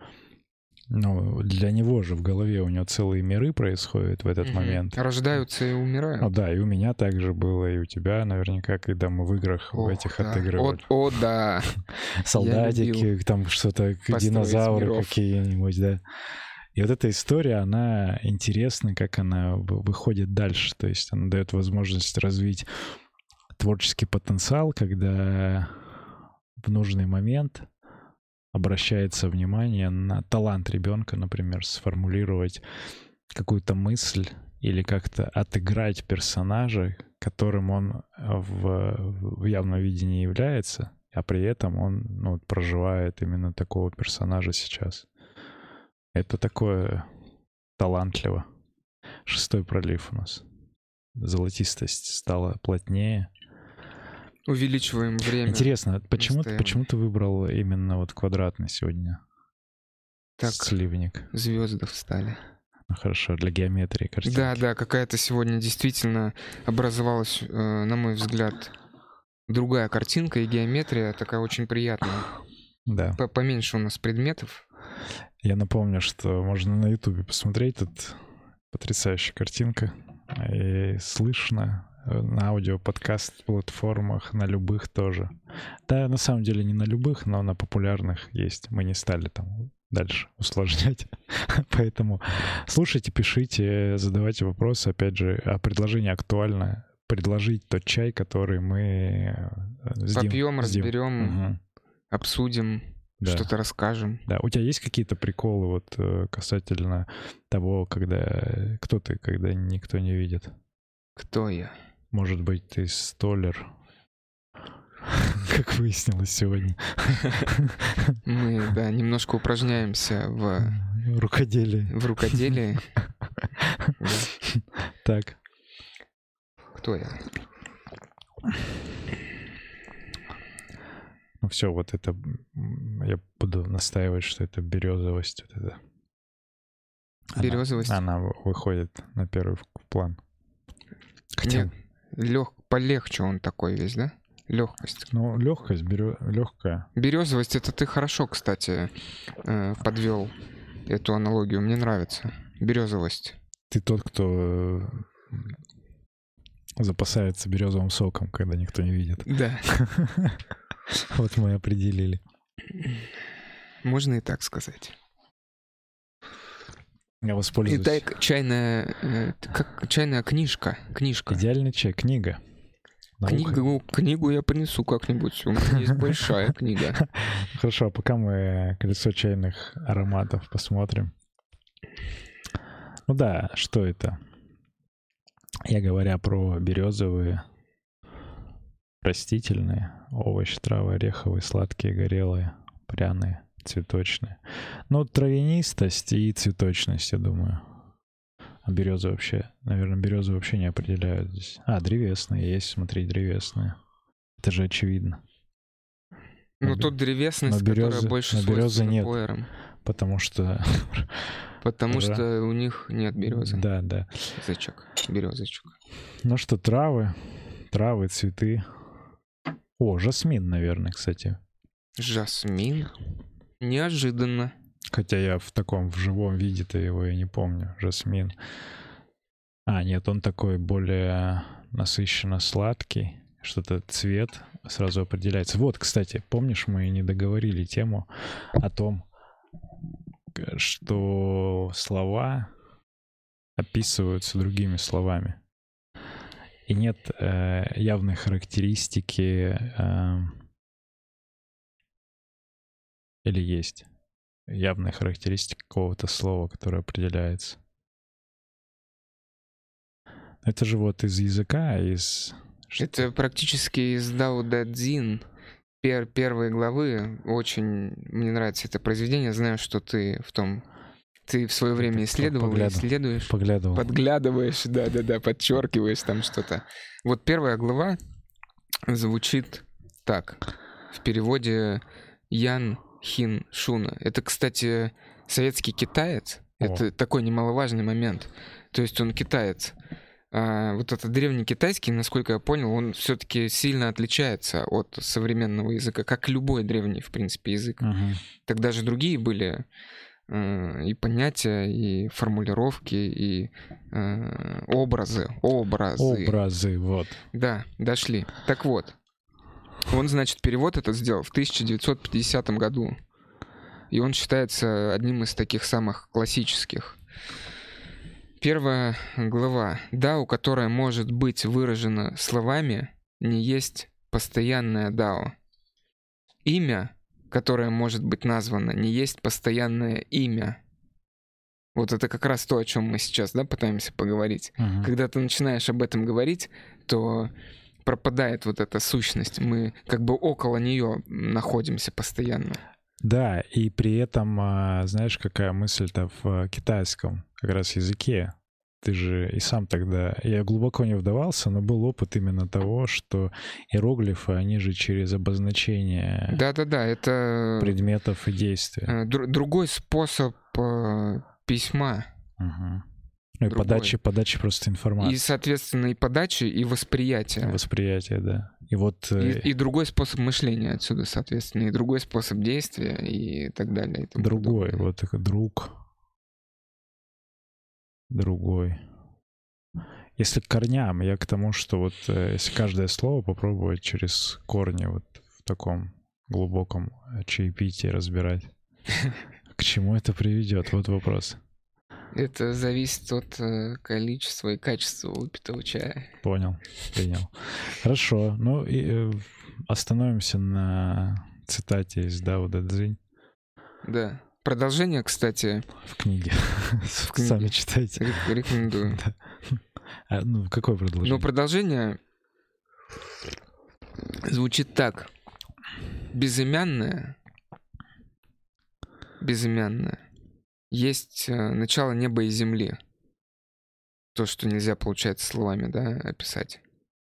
Ну, для него же в голове у него целые миры происходят в этот Мгм. момент. Рождаются и умирают. Ну да, и у меня также было, и у тебя наверняка, когда мы в играх в Ох, этих да. отыгрывали. О, о, да. Солдатики, там что-то, построить динозавры миров. какие-нибудь, да. И вот эта история, она интересна, как она в- выходит дальше. То есть она дает возможность развить творческий потенциал, когда в нужный момент обращается внимание на талант ребенка, например, сформулировать какую-то мысль или как-то отыграть персонажа, которым он в, в явном виде не является, а при этом он ну, вот проживает именно такого персонажа сейчас. Это такое талантливо. Шестой пролив у нас. Золотистость стала плотнее. Увеличиваем время. Интересно, почему, ты- настояния. почему ты выбрал именно вот квадратный сегодня Так, сливник? звезды встали. Ну хорошо, для геометрии картинки. Да, да, какая-то сегодня действительно образовалась, э, на мой взгляд, другая картинка, и геометрия такая очень приятная. Да. По- Поменьше у нас предметов. Я напомню, что можно на Ютубе посмотреть. Тут потрясающая картинка. И слышно на аудио-подкаст-платформах, на любых тоже. Да, на самом деле не на любых, но на популярных есть. Мы не стали там дальше усложнять. Поэтому слушайте, пишите, задавайте вопросы. Опять же, а предложение актуально. Предложить тот чай, который мы с Дим- Попьем, с Дим- разберем, Мгм. обсудим, Да. что-то расскажем. Да, у тебя есть какие-то приколы вот э, касательно того, когда кто ты, когда никто не видит? Кто я? Может быть, ты столер, как выяснилось сегодня. Мы, да, немножко упражняемся в, Рукоделие. в рукоделии. Да. Так, Кто я? ну все, вот это м, я буду настаивать, что это березовость. Вот это. Она- Березовость? Она, вы- выходит на первый в- план. Хотя, Нет, лег, полегче он такой весь, да? Легкость. ну, легкость, легкая. Березовость, это ты хорошо, кстати, э, подвел эту аналогию. Мне нравится. Березовость. Ты тот, кто э, запасается березовым соком, когда никто не видит. Да. Вот мы и определили. Можно и так сказать. Я воспользуюсь. Итак, чайная, э, как чайная книжка. Книжка. Идеальный чай. Книга. Наука. Книгу, книгу я принесу как-нибудь. У меня есть большая книга. Хорошо, а пока мы колесо чайных ароматов посмотрим. Ну да, что это? Я говоря про березовые, растительные, овощи, травы, ореховые, сладкие, горелые, пряные, цветочные. Ну, травянистость и цветочность, я думаю. А березы вообще, наверное, березы вообще не определяют здесь. А, древесные есть, смотри, древесные. Это же очевидно. Ну, Но тут древесность, но березы- которая больше но березы свойственна нет. пуэрам. Потому что... Потому Ра- что у них нет березы. Да, да. Язычок. Березочек. Ну что, травы, травы, цветы. О, жасмин, наверное, кстати. Жасмин. Неожиданно. Хотя я в таком, в живом виде-то его я не помню. Жасмин. А, нет, он такой более насыщенно сладкий. Что-то цвет сразу определяется. Вот, кстати, помнишь, мы не договорили тему о том, что слова описываются другими словами. И нет э, явной характеристики, э, или есть. явная характеристика какого-то слова, которое определяется. Это же вот из языка, из... Это практически из Дао Дэ Цзин. Пер, первые главы. Очень мне нравится это произведение. Знаю, что ты в том... Ты в свое время исследовал, Поглядывал. исследуешь. Поглядывал. Подглядываешь, да-да-да, подчеркиваешь там что-то. Вот первая глава звучит так. В переводе Ян Хин Шуна. Это, кстати, советский китаец. О. Это такой немаловажный момент. То есть он китаец. А вот этот древний китайский, насколько я понял, он все-таки сильно отличается от современного языка, как любой древний, в принципе, язык. Мгм. Тогда же другие были э, и понятия, и формулировки, и э, образы, образы. Образы, вот. Да, дошли. Так вот, он, значит, перевод этот сделал в тысяча девятьсот пятидесятом году. И он считается одним из таких самых классических. Первая глава. Дао, которая может быть выражена словами, не есть постоянное дао. Имя, которое может быть названо, не есть постоянное имя. Вот это как раз то, о чем мы сейчас, да, пытаемся поговорить. Мгм. Когда ты начинаешь об этом говорить, то пропадает вот эта сущность. Мы как бы около нее находимся постоянно. Да, и при этом, а, знаешь, какая мысль-то в а, китайском как раз языке? Ты же и сам тогда... Я глубоко не вдавался, но был опыт именно того, что иероглифы, они же через обозначение Да-да-да, это предметов и действий. э, дру- другой способ э, письма. Мгм. Ну и Другой. подачи, подачи просто информации. И, соответственно, и подачи, и восприятия. Восприятие, да. И вот... э, И, и другой способ мышления отсюда, соответственно, и другой способ действия, и так далее. И тому другой, подобное. вот такой друг. Другой. Если к корням, я к тому, что вот э, если каждое слово попробовать через корни вот в таком глубоком э, чаепитии разбирать, к чему это приведет? Вот вопрос. Это зависит от э, количества и качества выпитого чая. Понял, принял. Хорошо. Ну и э, остановимся на цитате из Дао Дэ Цзинь Да. Продолжение, кстати, в книге. книге. Сами читайте. ре- рекомендую. Да. А, ну, какое продолжение? Но продолжение звучит так. Безымянное, безымянное, есть э, начало неба и земли. То, что нельзя, получается, словами, да, описать.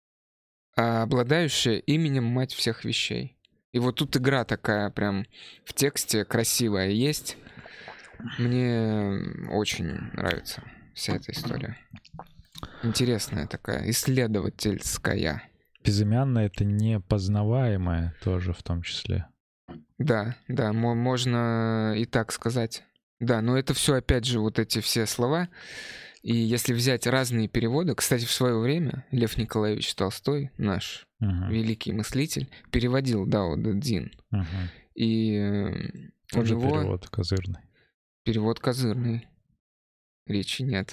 А обладающее именем мать всех вещей. И вот тут игра такая прям в тексте красивая есть. Мне очень нравится вся эта история. Интересная такая, исследовательская. Безымянное — это непознаваемое тоже в том числе. Да, да, мо- можно и так сказать. Да, но это все, опять же, вот эти все слова. И если взять разные переводы, кстати, в свое время Лев Николаевич Толстой, наш Мгм, великий мыслитель, переводил Дао Дэ Цзин. мгм. И э, у Тоже него перевод козырный. перевод козырный. Речи нет.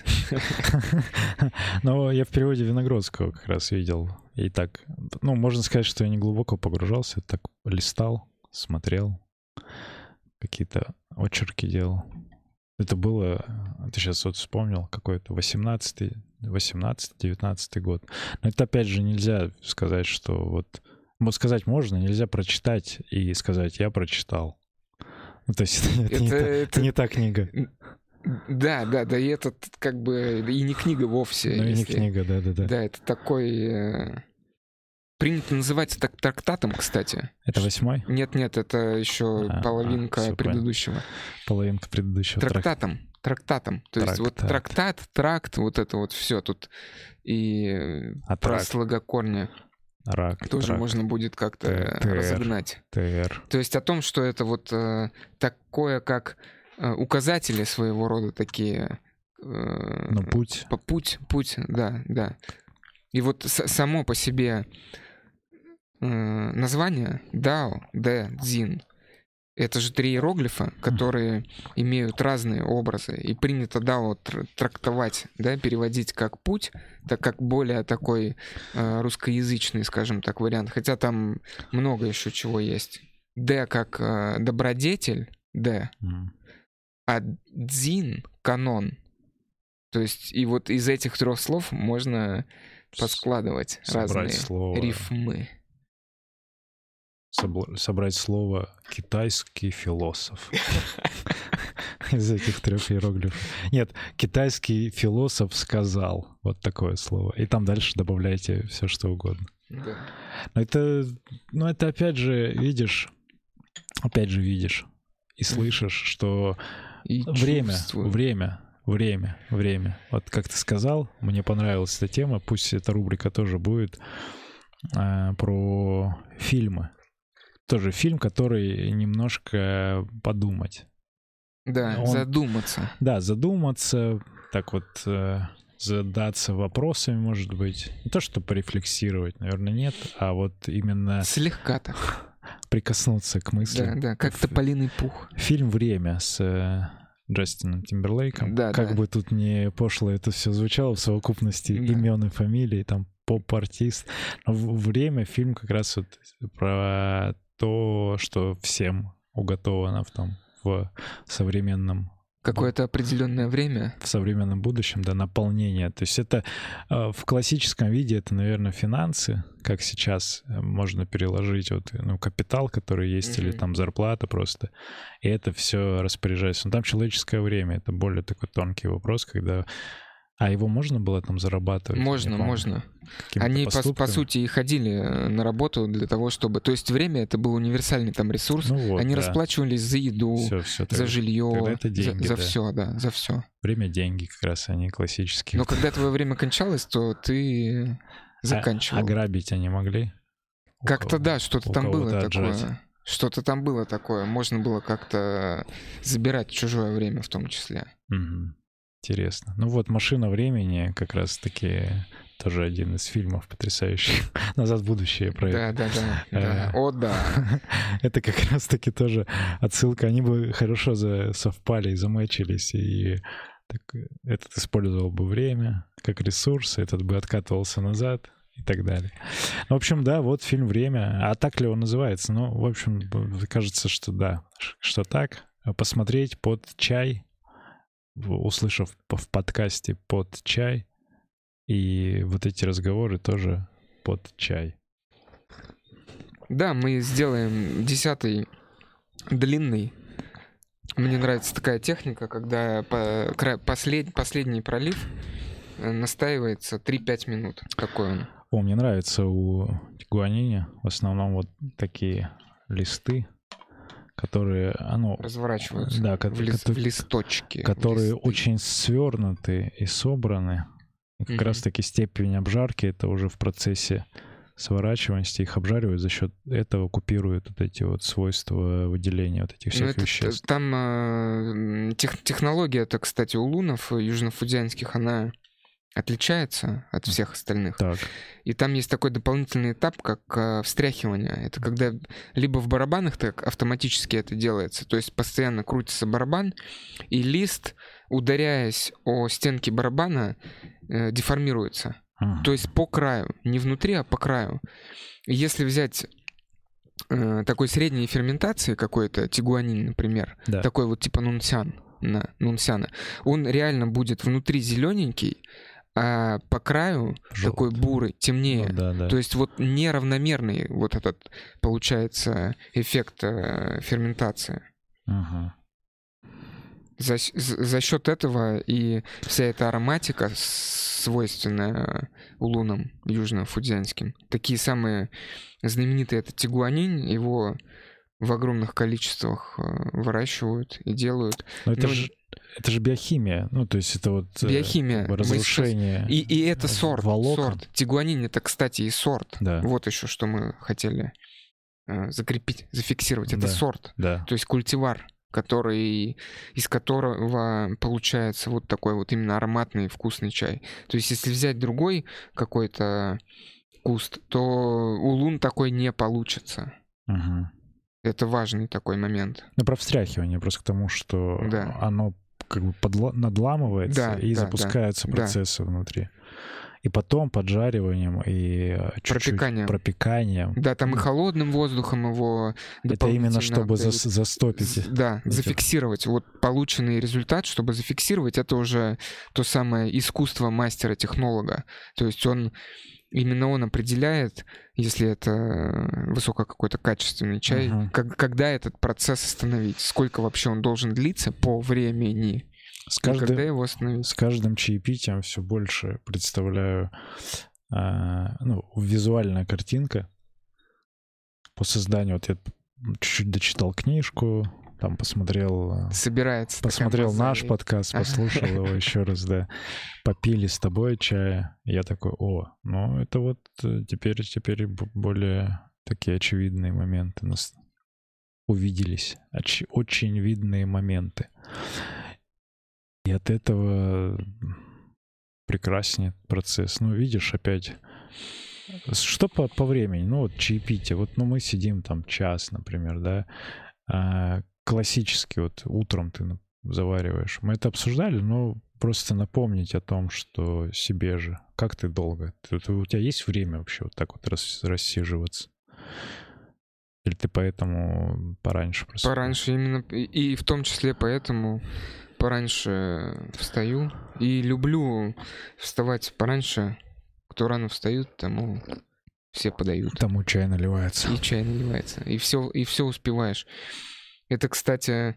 Но я в переводе Виногродского как раз видел. И так, ну, можно сказать, что я не глубоко погружался, так листал, смотрел, какие-то очерки делал. Это было, ты сейчас вот вспомнил, какой-то восемнадцатый, восемнадцатый, девятнадцатый год. Но это опять же нельзя сказать, что вот... Вот сказать можно, нельзя прочитать и сказать «я прочитал». Ну, то есть это, это не, Это- та, это- не та книга. Да, да, да, и это как бы и не книга вовсе. Ну и не если- книга, да-да-да. Да, это такой... э, Принято называть так трактатом, кстати. Это восьмой? Нет-нет, это еще А, а, половинка всё, понял. предыдущего. Половинка предыдущего тракта. Трактатом. Трактатом. То есть вот Трактат. трактат, тракт, вот это вот все тут. И э, А про тракт? слагокорни Рак, тоже тракт, можно будет как-то Т- ТР. разогнать. ТР. То есть о том, что это вот э, такое, как э, указатели своего рода такие. э, Ну, путь. по- Путь, путь, да, да. И вот с- само по себе э, название Дао Дэ Цзин — это же три иероглифа, которые имеют разные образы. И принято Дао тр- трактовать, да, переводить как путь, так как более такой э, русскоязычный, скажем так, вариант. Хотя там много еще чего есть. Д как э, добродетель, Д. М. А дзин — канон. То есть и вот из этих трех слов можно поскладывать Собрать разные слово. рифмы. Собла- собрать слово «китайский философ» из этих трех иероглифов. Нет, китайский философ сказал. Вот такое слово. И там дальше добавляйте все, что угодно. Да. Но это, ну, это опять же, видишь, опять же видишь и слышишь, что И время, чувствую. время, время, время. Вот как ты сказал, мне понравилась эта тема, пусть эта рубрика тоже будет э, про фильмы. Тоже фильм, который немножко подумать. Да, Он- задуматься. Да, задуматься, так вот э, задаться вопросами, может быть. Не то, что порефлексировать, наверное, нет, а вот именно Слегка так. прикоснуться к мысли. Да, да, как Ф- тополиный пух. Фильм «Время» с э, Джастином Тимберлейком. Да, как да. бы тут не пошло это все звучало в совокупности Да. имен и фамилий, там поп-артист. Но в- «Время» фильм как раз вот про то, что всем уготовано в том, в современном Какое-то определенное время. в современном будущем, да, наполнение. То есть это э, в классическом виде это, наверное, финансы, как сейчас э, можно переложить вот, ну, капитал, который есть, или Мгм. там зарплата просто, и это все распоряжается. Но там человеческое время, это более такой тонкий вопрос, когда... А его можно было там зарабатывать? Можно, Я помню, можно. какими-то Они, по, по поступками? сути, и ходили э, на работу для того, чтобы... То есть время — это был универсальный там ресурс. Ну вот, Они да. расплачивались за еду, Все, все, за жилье, тогда это деньги, за, за да. все, да, за все. Время — деньги как раз, они классические. Но когда твое время кончалось, то ты заканчивал. А, ограбить они могли? У Как-то кого- да, что-то у там было кого-то такое. отжать. Что-то там было такое. Можно было как-то забирать чужое время в том числе. Мгм. Интересно. Ну вот «Машина времени» как раз-таки тоже один из фильмов потрясающих. «Назад в будущее» про Да, это. да, да, Э, да. О, да. Это как раз-таки тоже отсылка. Они бы хорошо за- совпали и замэчились, и так, э, этот использовал бы время как ресурс, этот бы откатывался назад и так далее. Ну, в общем, да, вот фильм «Время». А так ли он называется? Ну, в общем, б- кажется, что да, ш- что так. Посмотреть под чай, в- услышав п- в подкасте «под чай», и вот эти разговоры тоже под чай. Да, мы сделаем десятый длинный. Мне нравится такая техника, когда по- кра- послед- последний пролив э, настаивается три-пять минут. Такой он. О, мне нравится у Тигуанини в основном вот такие листы, которые, а, ну, Разворачиваются да, ко- в, лис- кото- в листочки. в которые листы. очень свернуты и собраны. И как Мгм. раз-таки степень обжарки это уже в процессе сворачиваемости, их обжаривают, за счет этого купируют вот эти вот свойства выделения вот этих Ну, всех это т- веществ. там э, тех- технология-то, кстати, у лунов э, южнофудзианских, она отличается от всех остальных. Так, И там есть такой дополнительный этап, как э, встряхивание. Это когда либо в барабанах так автоматически это делается, то есть постоянно крутится барабан, и лист, ударяясь о стенки барабана, э, деформируется. ага. То есть по краю, не внутри, а по краю. И если взять э, такой средней ферментации какой-то, тигуанин, например, Да. такой вот типа нунсян, на, нунсяна, он реально будет внутри зелененький, а по краю такой Желтый. бурый, темнее. Ну да, да. То есть вот неравномерный вот этот получается эффект э, ферментации. Ага. За, щ- за за счет этого и вся эта ароматика, свойственная улунам южно-фудзианским, такие самые знаменитые, это тигуанин, его в огромных количествах э, выращивают и делают. Но это Ну, же это же биохимия, ну то есть это вот э, Биохимия. как бы Мы сейчас- разрушение. И, и это сорт, волокон. сорт. Тигуанин — это, кстати, и сорт. Да. Вот еще что мы хотели э, закрепить, зафиксировать. Это Да. сорт, Да. то есть культивар, который, из которого получается вот такой вот именно ароматный вкусный чай. То есть если взять другой какой-то куст, то улун такой не получится. Ага. Это важный такой момент. Ну, про встряхивание, просто к тому, что Да. оно как бы подла- надламывается Да, и да, запускаются да, процессы внутри. И потом поджариванием и чуть-чуть Пропеканием. пропеканием. Да, там и холодным воздухом его Это именно чтобы дополнительно зас- застопить. З- Да, эти- зафиксировать. Вот полученный результат, чтобы зафиксировать, это уже то самое искусство мастера-технолога. То есть он, именно он определяет, если это высоко какой-то качественный чай, Мгм. как- когда этот процесс остановить, сколько вообще он должен длиться по времени, С и когда каждым, его остановить. с каждым чаепитием все больше представляю, а, ну, визуальная картинка по созданию. Вот я чуть-чуть дочитал книжку, там посмотрел, а, Собирается. такая посмотрел наш мозаика. подкаст, послушал его еще раз, да. Попили с тобой чая. И я такой, о, ну это вот э, теперь, теперь б- более такие очевидные моменты нас увиделись. Оч- очень видные моменты. И от этого прекраснее процесс. Ну, видишь, опять, с- что по, по времени? Ну, вот чаепитие. Вот, ну, мы сидим там час, например, да. А, классически вот утром ты на- завариваешь. Мы это обсуждали, но просто напомнить о том, что себе же. Как ты долго? Ты- ты- у тебя есть время вообще вот так вот рас- рассиживаться? Или ты поэтому пораньше просыпаешься? Пораньше именно, и, и в том числе поэтому пораньше встаю. И люблю вставать пораньше. Кто рано встают, тому все подают. Тому чай наливается. И чай наливается. И все, и все успеваешь. Это, кстати,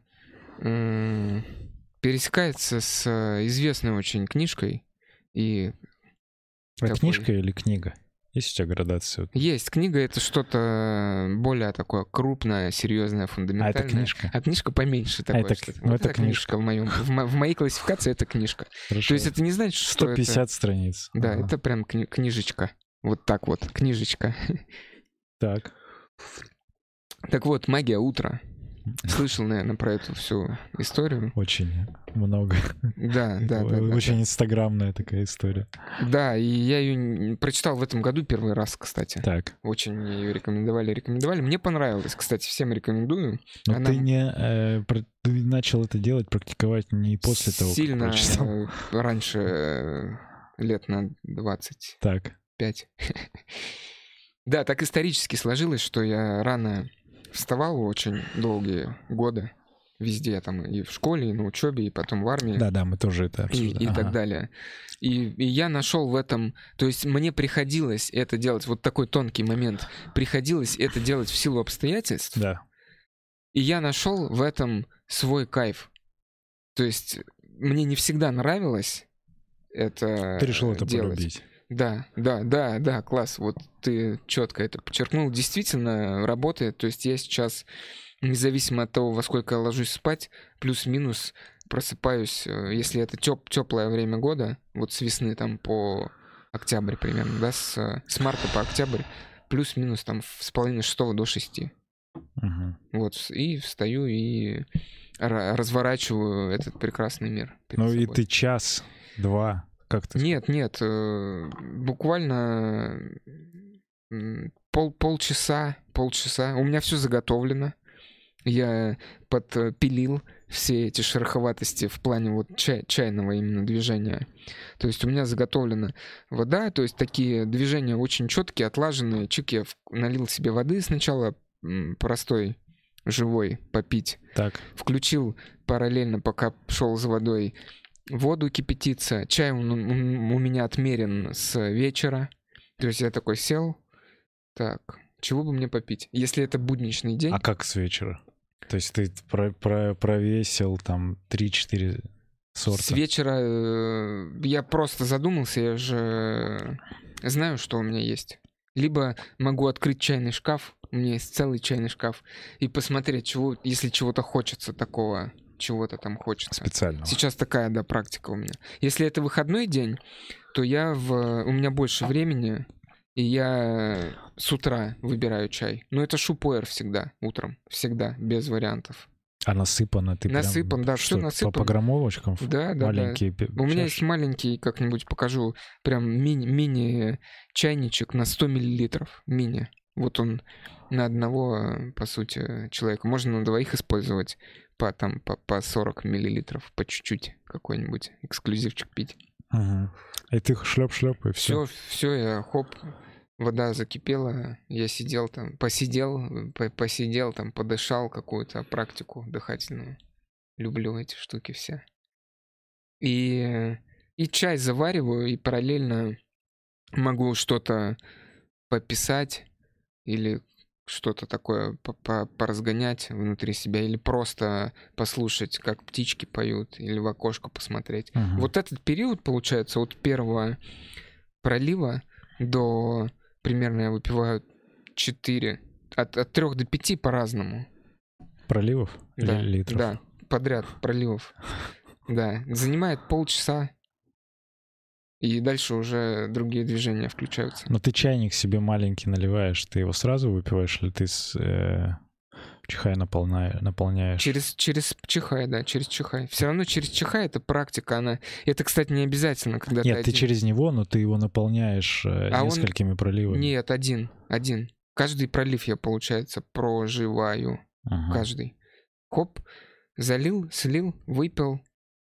м, пересекается с известной очень книжкой. И А такой- книжка или книга? Есть у тебя градация? Вот. есть книга, это что-то более такое крупное, серьезное, А фундаментальное. это книжка? А книжка поменьше такое. это что-то. к- ну, Вот это это книжка в, моем, в, мо- в моей классификации это книжка. Хорошо. То есть это не значит, что сто пятьдесят страниц. это... Да, Ага. это прям кни- книжечка. Вот так вот, книжечка. Так. Так вот, «Магия утра». Слышал, наверное, про эту всю историю. Очень много. Да, да, да. да, Очень инстаграмная такая история. Да, и я ее прочитал в этом году первый раз, кстати. Так. Очень мне ее рекомендовали, рекомендовали. Мне понравилось, кстати, всем рекомендую. Но Она ты не э, про- ты начал это делать, практиковать не после того, как Сильно прочитал. э, раньше, э, лет на двадцать Так. пять. Да, так исторически сложилось, что я рано вставал очень долгие годы. Везде, там, и в школе, и на учебе, и потом в армии. Да-да, мы тоже это И, обсуждали. и Ага. так далее. И, и я нашел в этом, то есть мне приходилось это делать, вот такой тонкий момент, приходилось это делать в силу обстоятельств, Да. и я нашел в этом свой кайф. То есть мне не всегда нравилось это Ты решил это делать. полюбить. Да, да, да, да, класс. Вот ты четко это подчеркнул. Действительно работает. То есть я сейчас, независимо от того, во сколько я ложусь спать, плюс-минус просыпаюсь, э, если это теп- теплое время года, вот с весны там по октябрь примерно, да, с, с марта по октябрь, плюс-минус там с половины шестого до шести. Мгм. Вот, с- и встаю и ра- разворачиваю этот прекрасный мир перед Ну и собой. ты час, два, как ты... Нет, нет, э, буквально м, пол, полчаса, полчаса. У меня все заготовлено. Я подпилил все эти шероховатости в плане вот чай, чайного именно движения. То есть у меня заготовлена вода, то есть такие движения очень четкие, отлаженные. Чик, я в- налил себе воды сначала м, простой, живой, попить. Так. Включил параллельно, пока шел за водой, воду кипятиться. Чай он, он у меня отмерен с вечера. То есть я такой сел. Так, чего бы мне попить? Если это будничный день. А как с вечера? То есть ты про- про- провесил там три-четыре сорта? С вечера э, я просто задумался, я же знаю, что у меня есть. Либо могу открыть чайный шкаф, у меня есть целый чайный шкаф, и посмотреть, чего, если чего-то хочется такого, чего-то там хочется. Специально. Сейчас такая, да, практика у меня. Если это выходной день, то я в... у меня больше времени, и я с утра выбираю чай. Но это шупуэр всегда, утром, всегда, без вариантов. А насыпано ты прям... Насыпан, да, всё что, насыпано. По, по граммовочкам? Да, да, Маленькие пи- У меня есть чаши? маленький, как-нибудь покажу, прям мини, мини-чайничек на сто миллилитров. Мини. Вот он на одного, по сути, человека. Можно на двоих использовать по, там, по, по сорок миллилитров, по чуть-чуть какой-нибудь эксклюзивчик пить. Угу. И ты шлеп-шлеп, и все. Все, все, я хоп, вода закипела, я сидел там, посидел, по- посидел там, подышал какую-то практику дыхательную. Люблю эти штуки все. И, и чай завариваю, и параллельно могу что-то пописать или что-то такое по- по- поразгонять внутри себя, или просто послушать, как птички поют, или в окошко посмотреть. Угу. Вот этот период, получается, от первого пролива до примерно я выпиваю четыре, от, от трех до пяти по-разному. Проливов Да, или литров? да, подряд проливов. Да, занимает полчаса, и дальше уже другие движения включаются. Но ты чайник себе маленький наливаешь, ты его сразу выпиваешь, или ты с э, чихай наполняешь? наполняешь? Через, через чихай, да, через чихай. Все равно через чихай это практика, она... Это, кстати, не обязательно, когда Нет, ты ты один. через него, но ты его наполняешь э, А он- несколькими проливами. Нет, один, один. Каждый пролив я, получается, проживаю. Ага. Каждый. Хоп, залил, слил, выпил.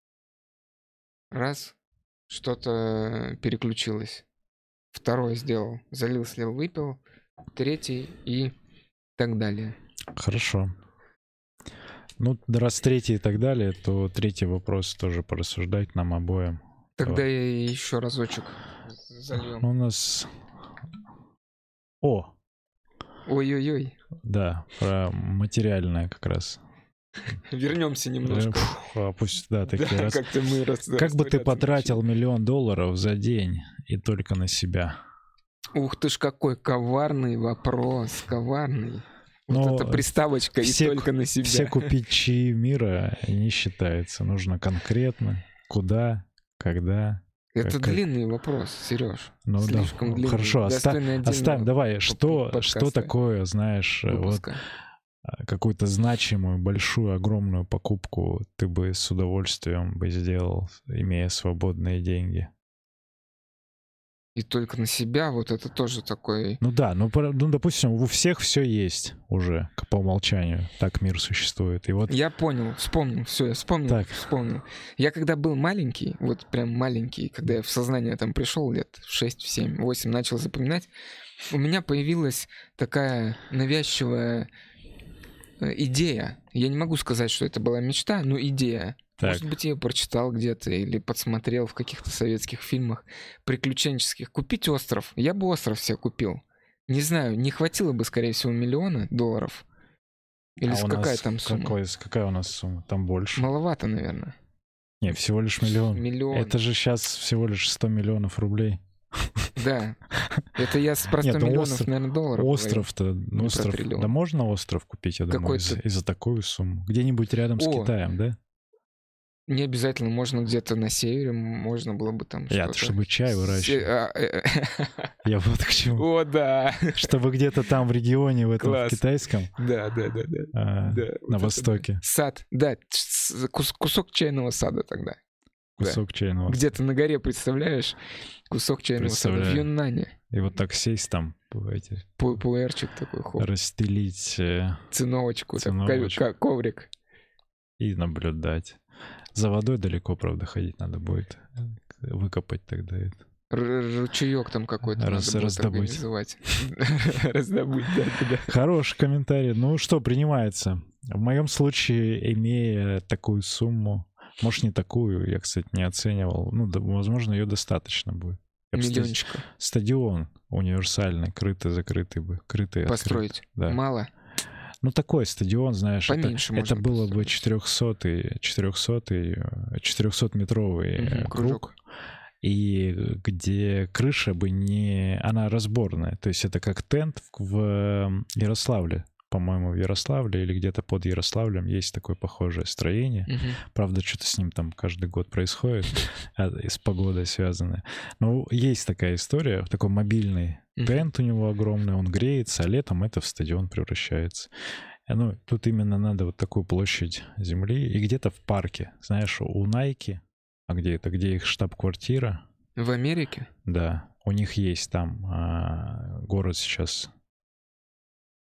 Раз, что-то переключилось. Второй сделал. Залил, слил, выпил. Третий и так далее. Хорошо. Ну, раз третий и так далее, то третий вопрос тоже порассуждать нам обоим. Тогда То- я еще разочек зальем. У нас... О, Ой-ой-ой. да, про материальное как раз. Вернемся немножко. Фу, а пусть, да, такие Да, раз... как-то мы рас- Как бы ты растворяться потратил миллион долларов за день и только на себя? начали. Ух ты ж, какой коварный вопрос, коварный. Вот Но эта приставочка все и только на себя. Все купить чаи мира не считается. Нужно конкретно, куда, когда. Это как- длинный вопрос, Сереж. Ну да, Слишком длинный. хорошо, оста- Достойный отдельного оставим. Давай, по- что, подкаста, что такое, знаешь, вот выпуска. а, какую-то значимую, большую, огромную покупку ты бы с удовольствием бы сделал, имея свободные деньги? И только на себя, вот это тоже такой... Ну да, ну, пора- ну допустим, у всех все есть уже к- по умолчанию. Так мир существует. И вот Я понял, вспомнил, все, я вспомнил, Так. вспомнил. Я когда был маленький, вот прям маленький, когда я в сознание там пришел лет в шесть, в семь, восемь, начал запоминать, у меня появилась такая навязчивая э, идея. Я не могу сказать, что это была мечта, но идея. так. Может быть, я ее прочитал где-то или подсмотрел в каких-то советских фильмах приключенческих. Купить остров. Я бы остров себе купил. Не знаю, не хватило бы, скорее всего, миллиона долларов. Или А с у какая нас там сумма? какой- какая у нас сумма? Там больше. Маловато, наверное. Не, всего лишь миллион. Миллион. Это же сейчас всего лишь сто миллионов рублей. Да. Это я с- про сто Нет, ну миллионов, остров- наверное, долларов говорю. Остров-то, ну, про остров, триллион. да можно остров купить, я думаю, Какой-то- и за, и за такую сумму. Где-нибудь рядом с О, Китаем, да? Не обязательно, можно где-то на севере, можно было бы там Я, что-то... чтобы чай Се- выращивать. а, э, Я вот к чему. О, да. Чтобы где-то там в регионе, в этом в Класс. китайском, Да, да, да, да. а, Да, вот на это востоке, Сад, да, с- кус- кусок чайного сада тогда. да. кусок чайного. Где-то на горе, представляешь, кусок чайного сада в Представляю. Юннане. И вот так сесть там, эти, Пу- Пуэрчик такой, хоп, расстелить э, циновочку, так, Циновочку. ко- ко- коврик. и наблюдать. За водой далеко, правда, ходить надо будет. Выкопать тогда это. Р- Ручеек там какой-то Раз- надо будет раздобыть. организовать. Раздобыть, да, да, да. Хороший комментарий. Ну что, принимается. В моем случае, имея такую сумму, может, не такую, я, кстати, не оценивал, ну, да, возможно, ее достаточно будет. Я бы ста- Миллиончика Стадион универсальный, крытый, закрытый бы, крытый, открытый. построить. Да. Мало. Ну, такой стадион, знаешь, это, Поменьше это можно было бы построить. четырехсотый, четырехсотый, четырехсотметровый Мгм, круг, кружок. и где крыша бы не... Она разборная, то есть это как тент в Ярославле. По-моему, в Ярославле или где-то под Ярославлем есть такое похожее строение. Мгм. Правда, что-то с ним там каждый год происходит, а, и с погодой связанное. Но есть такая история, такой мобильный Мгм. тент у него огромный, он греется, а летом это в стадион превращается. И, Ну, тут именно надо вот такую площадь земли и где-то в парке. Знаешь, у Nike, а где это, где их штаб-квартира, В Америке? да, у них есть там а, город сейчас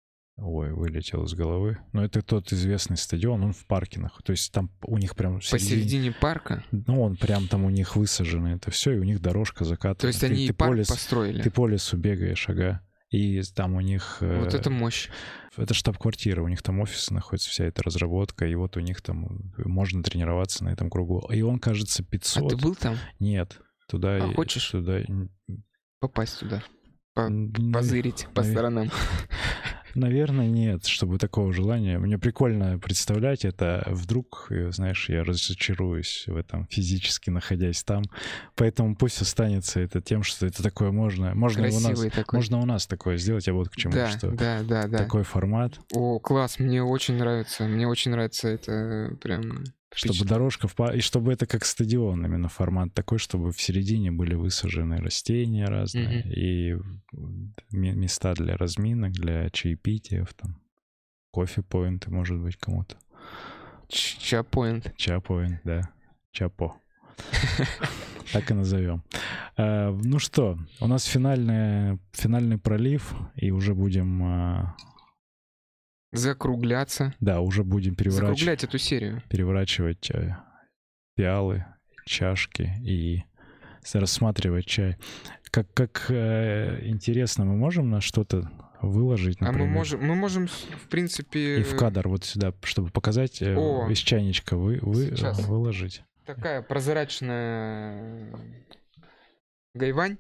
ой, вылетел из головы. Но это тот известный стадион, он в Паркинах. То есть там у них прям... в середине- Посередине парка? Ну, он прям там у них высажено это все, и у них дорожка закатана. То есть ты, они и ты парк по лесу, построили? ты по лесу бегаешь, ага. И там у них... э, Вот это мощь. Это штаб-квартира, у них там офисы находится, вся эта разработка, и вот у них там можно тренироваться на этом кругу. И он, кажется, А пятьсот. ты был там? Нет, туда... А и- хочешь? Туда... Попасть туда? По- Навер- Позырить по навер- сторонам? Наверное, нет, чтобы такого желания. Мне прикольно представлять это. Вдруг, э, знаешь, я разочаруюсь в этом, физически находясь там. Поэтому пусть останется это тем, что это такое можно. Можно, и у нас, Красивый такой. можно у нас такое сделать, а вот к чему, Да, что да, да, да. такой формат, О, класс, мне очень нравится. Мне очень нравится это прям... чтобы впечатляет. дорожка в па- и чтобы это как стадион, именно формат такой, чтобы в середине были высажены растения разные Мгм. и м- места для разминок, для чаепитиев, там, кофе-поинты, может быть, кому-то. Ч- Ча-поинт. Ча-поинт, да. Чапо. Так и назовем. А, Ну что, у нас финальная, финальный пролив, и уже будем, а, Закругляться. да, уже будем переворачивать, Закруглять эту серию. переворачивать э, пиалы, чашки и с- рассматривать чай. Как, как э, интересно, мы можем на что-то выложить, А например? мы можем, мы можем, в принципе... И в кадр вот сюда, чтобы показать, э, О, из чайничка вы, вы, э, сейчас. выложить. Такая прозрачная гайвань,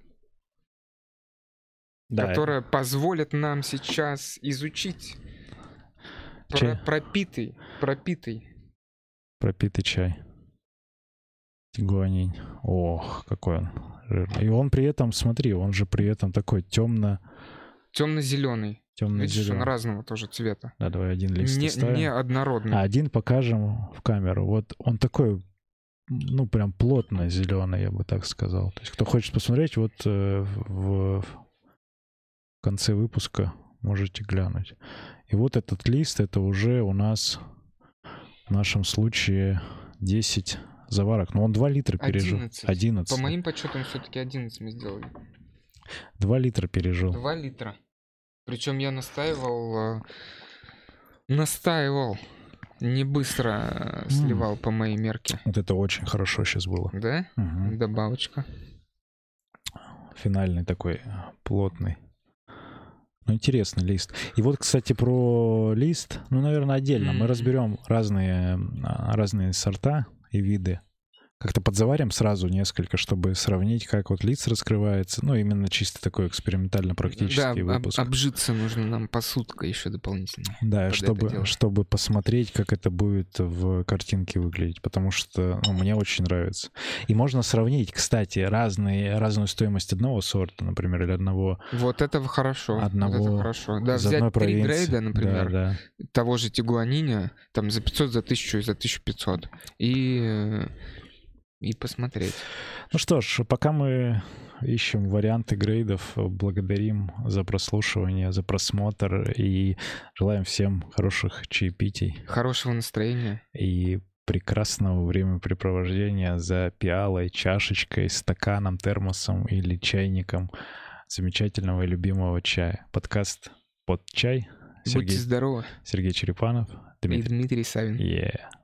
Да, которая позволит нам сейчас изучить про- Чай. пропитый, пропитый. пропитый чай. Гуанинь. Ох, какой он жирный. И он при этом, смотри, он же при этом такой темно, Темно-зеленый. Видишь, он темно-зеленый. разного тоже цвета. Да, давай один лист Не, оставим. не однородный. А один покажем в камеру. Вот он такой, ну, прям плотно зеленый, я бы так сказал. То есть, кто хочет посмотреть, вот э, в, в конце выпуска можете глянуть. И вот этот лист, это уже у нас в нашем случае десять заварок. Но он два литра пережил. одиннадцать. одиннадцать. По моим подсчетам все-таки одиннадцать мы сделали. два литра пережил. два литра. Причем я настаивал, э, настаивал, не быстро э, сливал по моей мерке. Вот это очень хорошо сейчас было. Да? Мгм. Добавочка. Финальный такой плотный. Ну, интересный лист. И вот, кстати, про лист, ну, наверное, отдельно. Мы Мгм. разберем разные, а, разные сорта и виды. Как-то подзаварим сразу несколько, чтобы сравнить, как вот лист раскрывается. Ну, именно чисто такой Да, экспериментально-практический об- выпуск. обжиться нужно нам посудка еще дополнительно. Да, под это чтобы, дело. чтобы посмотреть, как это будет в картинке выглядеть, потому что ну, мне очень нравится. И можно сравнить, кстати, разные, разную стоимость одного сорта, например, или одного, Вот это хорошо. одного Вот это хорошо. Да, из взять одной три провинции. грейда, например, Да, того же тигуаниня, там за пятьсот, за тысячу и за тысячу пятьсот. И, э, и посмотреть. Ну что ж, пока мы ищем варианты грейдов, благодарим за прослушивание, за просмотр и желаем всем хороших чаепитий Хорошего настроения. и прекрасного времяпрепровождения за пиалой, чашечкой, стаканом, термосом или чайником замечательного и любимого чая. Подкаст «Под чай». Будьте Сергей, здоровы. Сергей Черепанов, И Дмитрий. Дмитрий Савин. Yeah.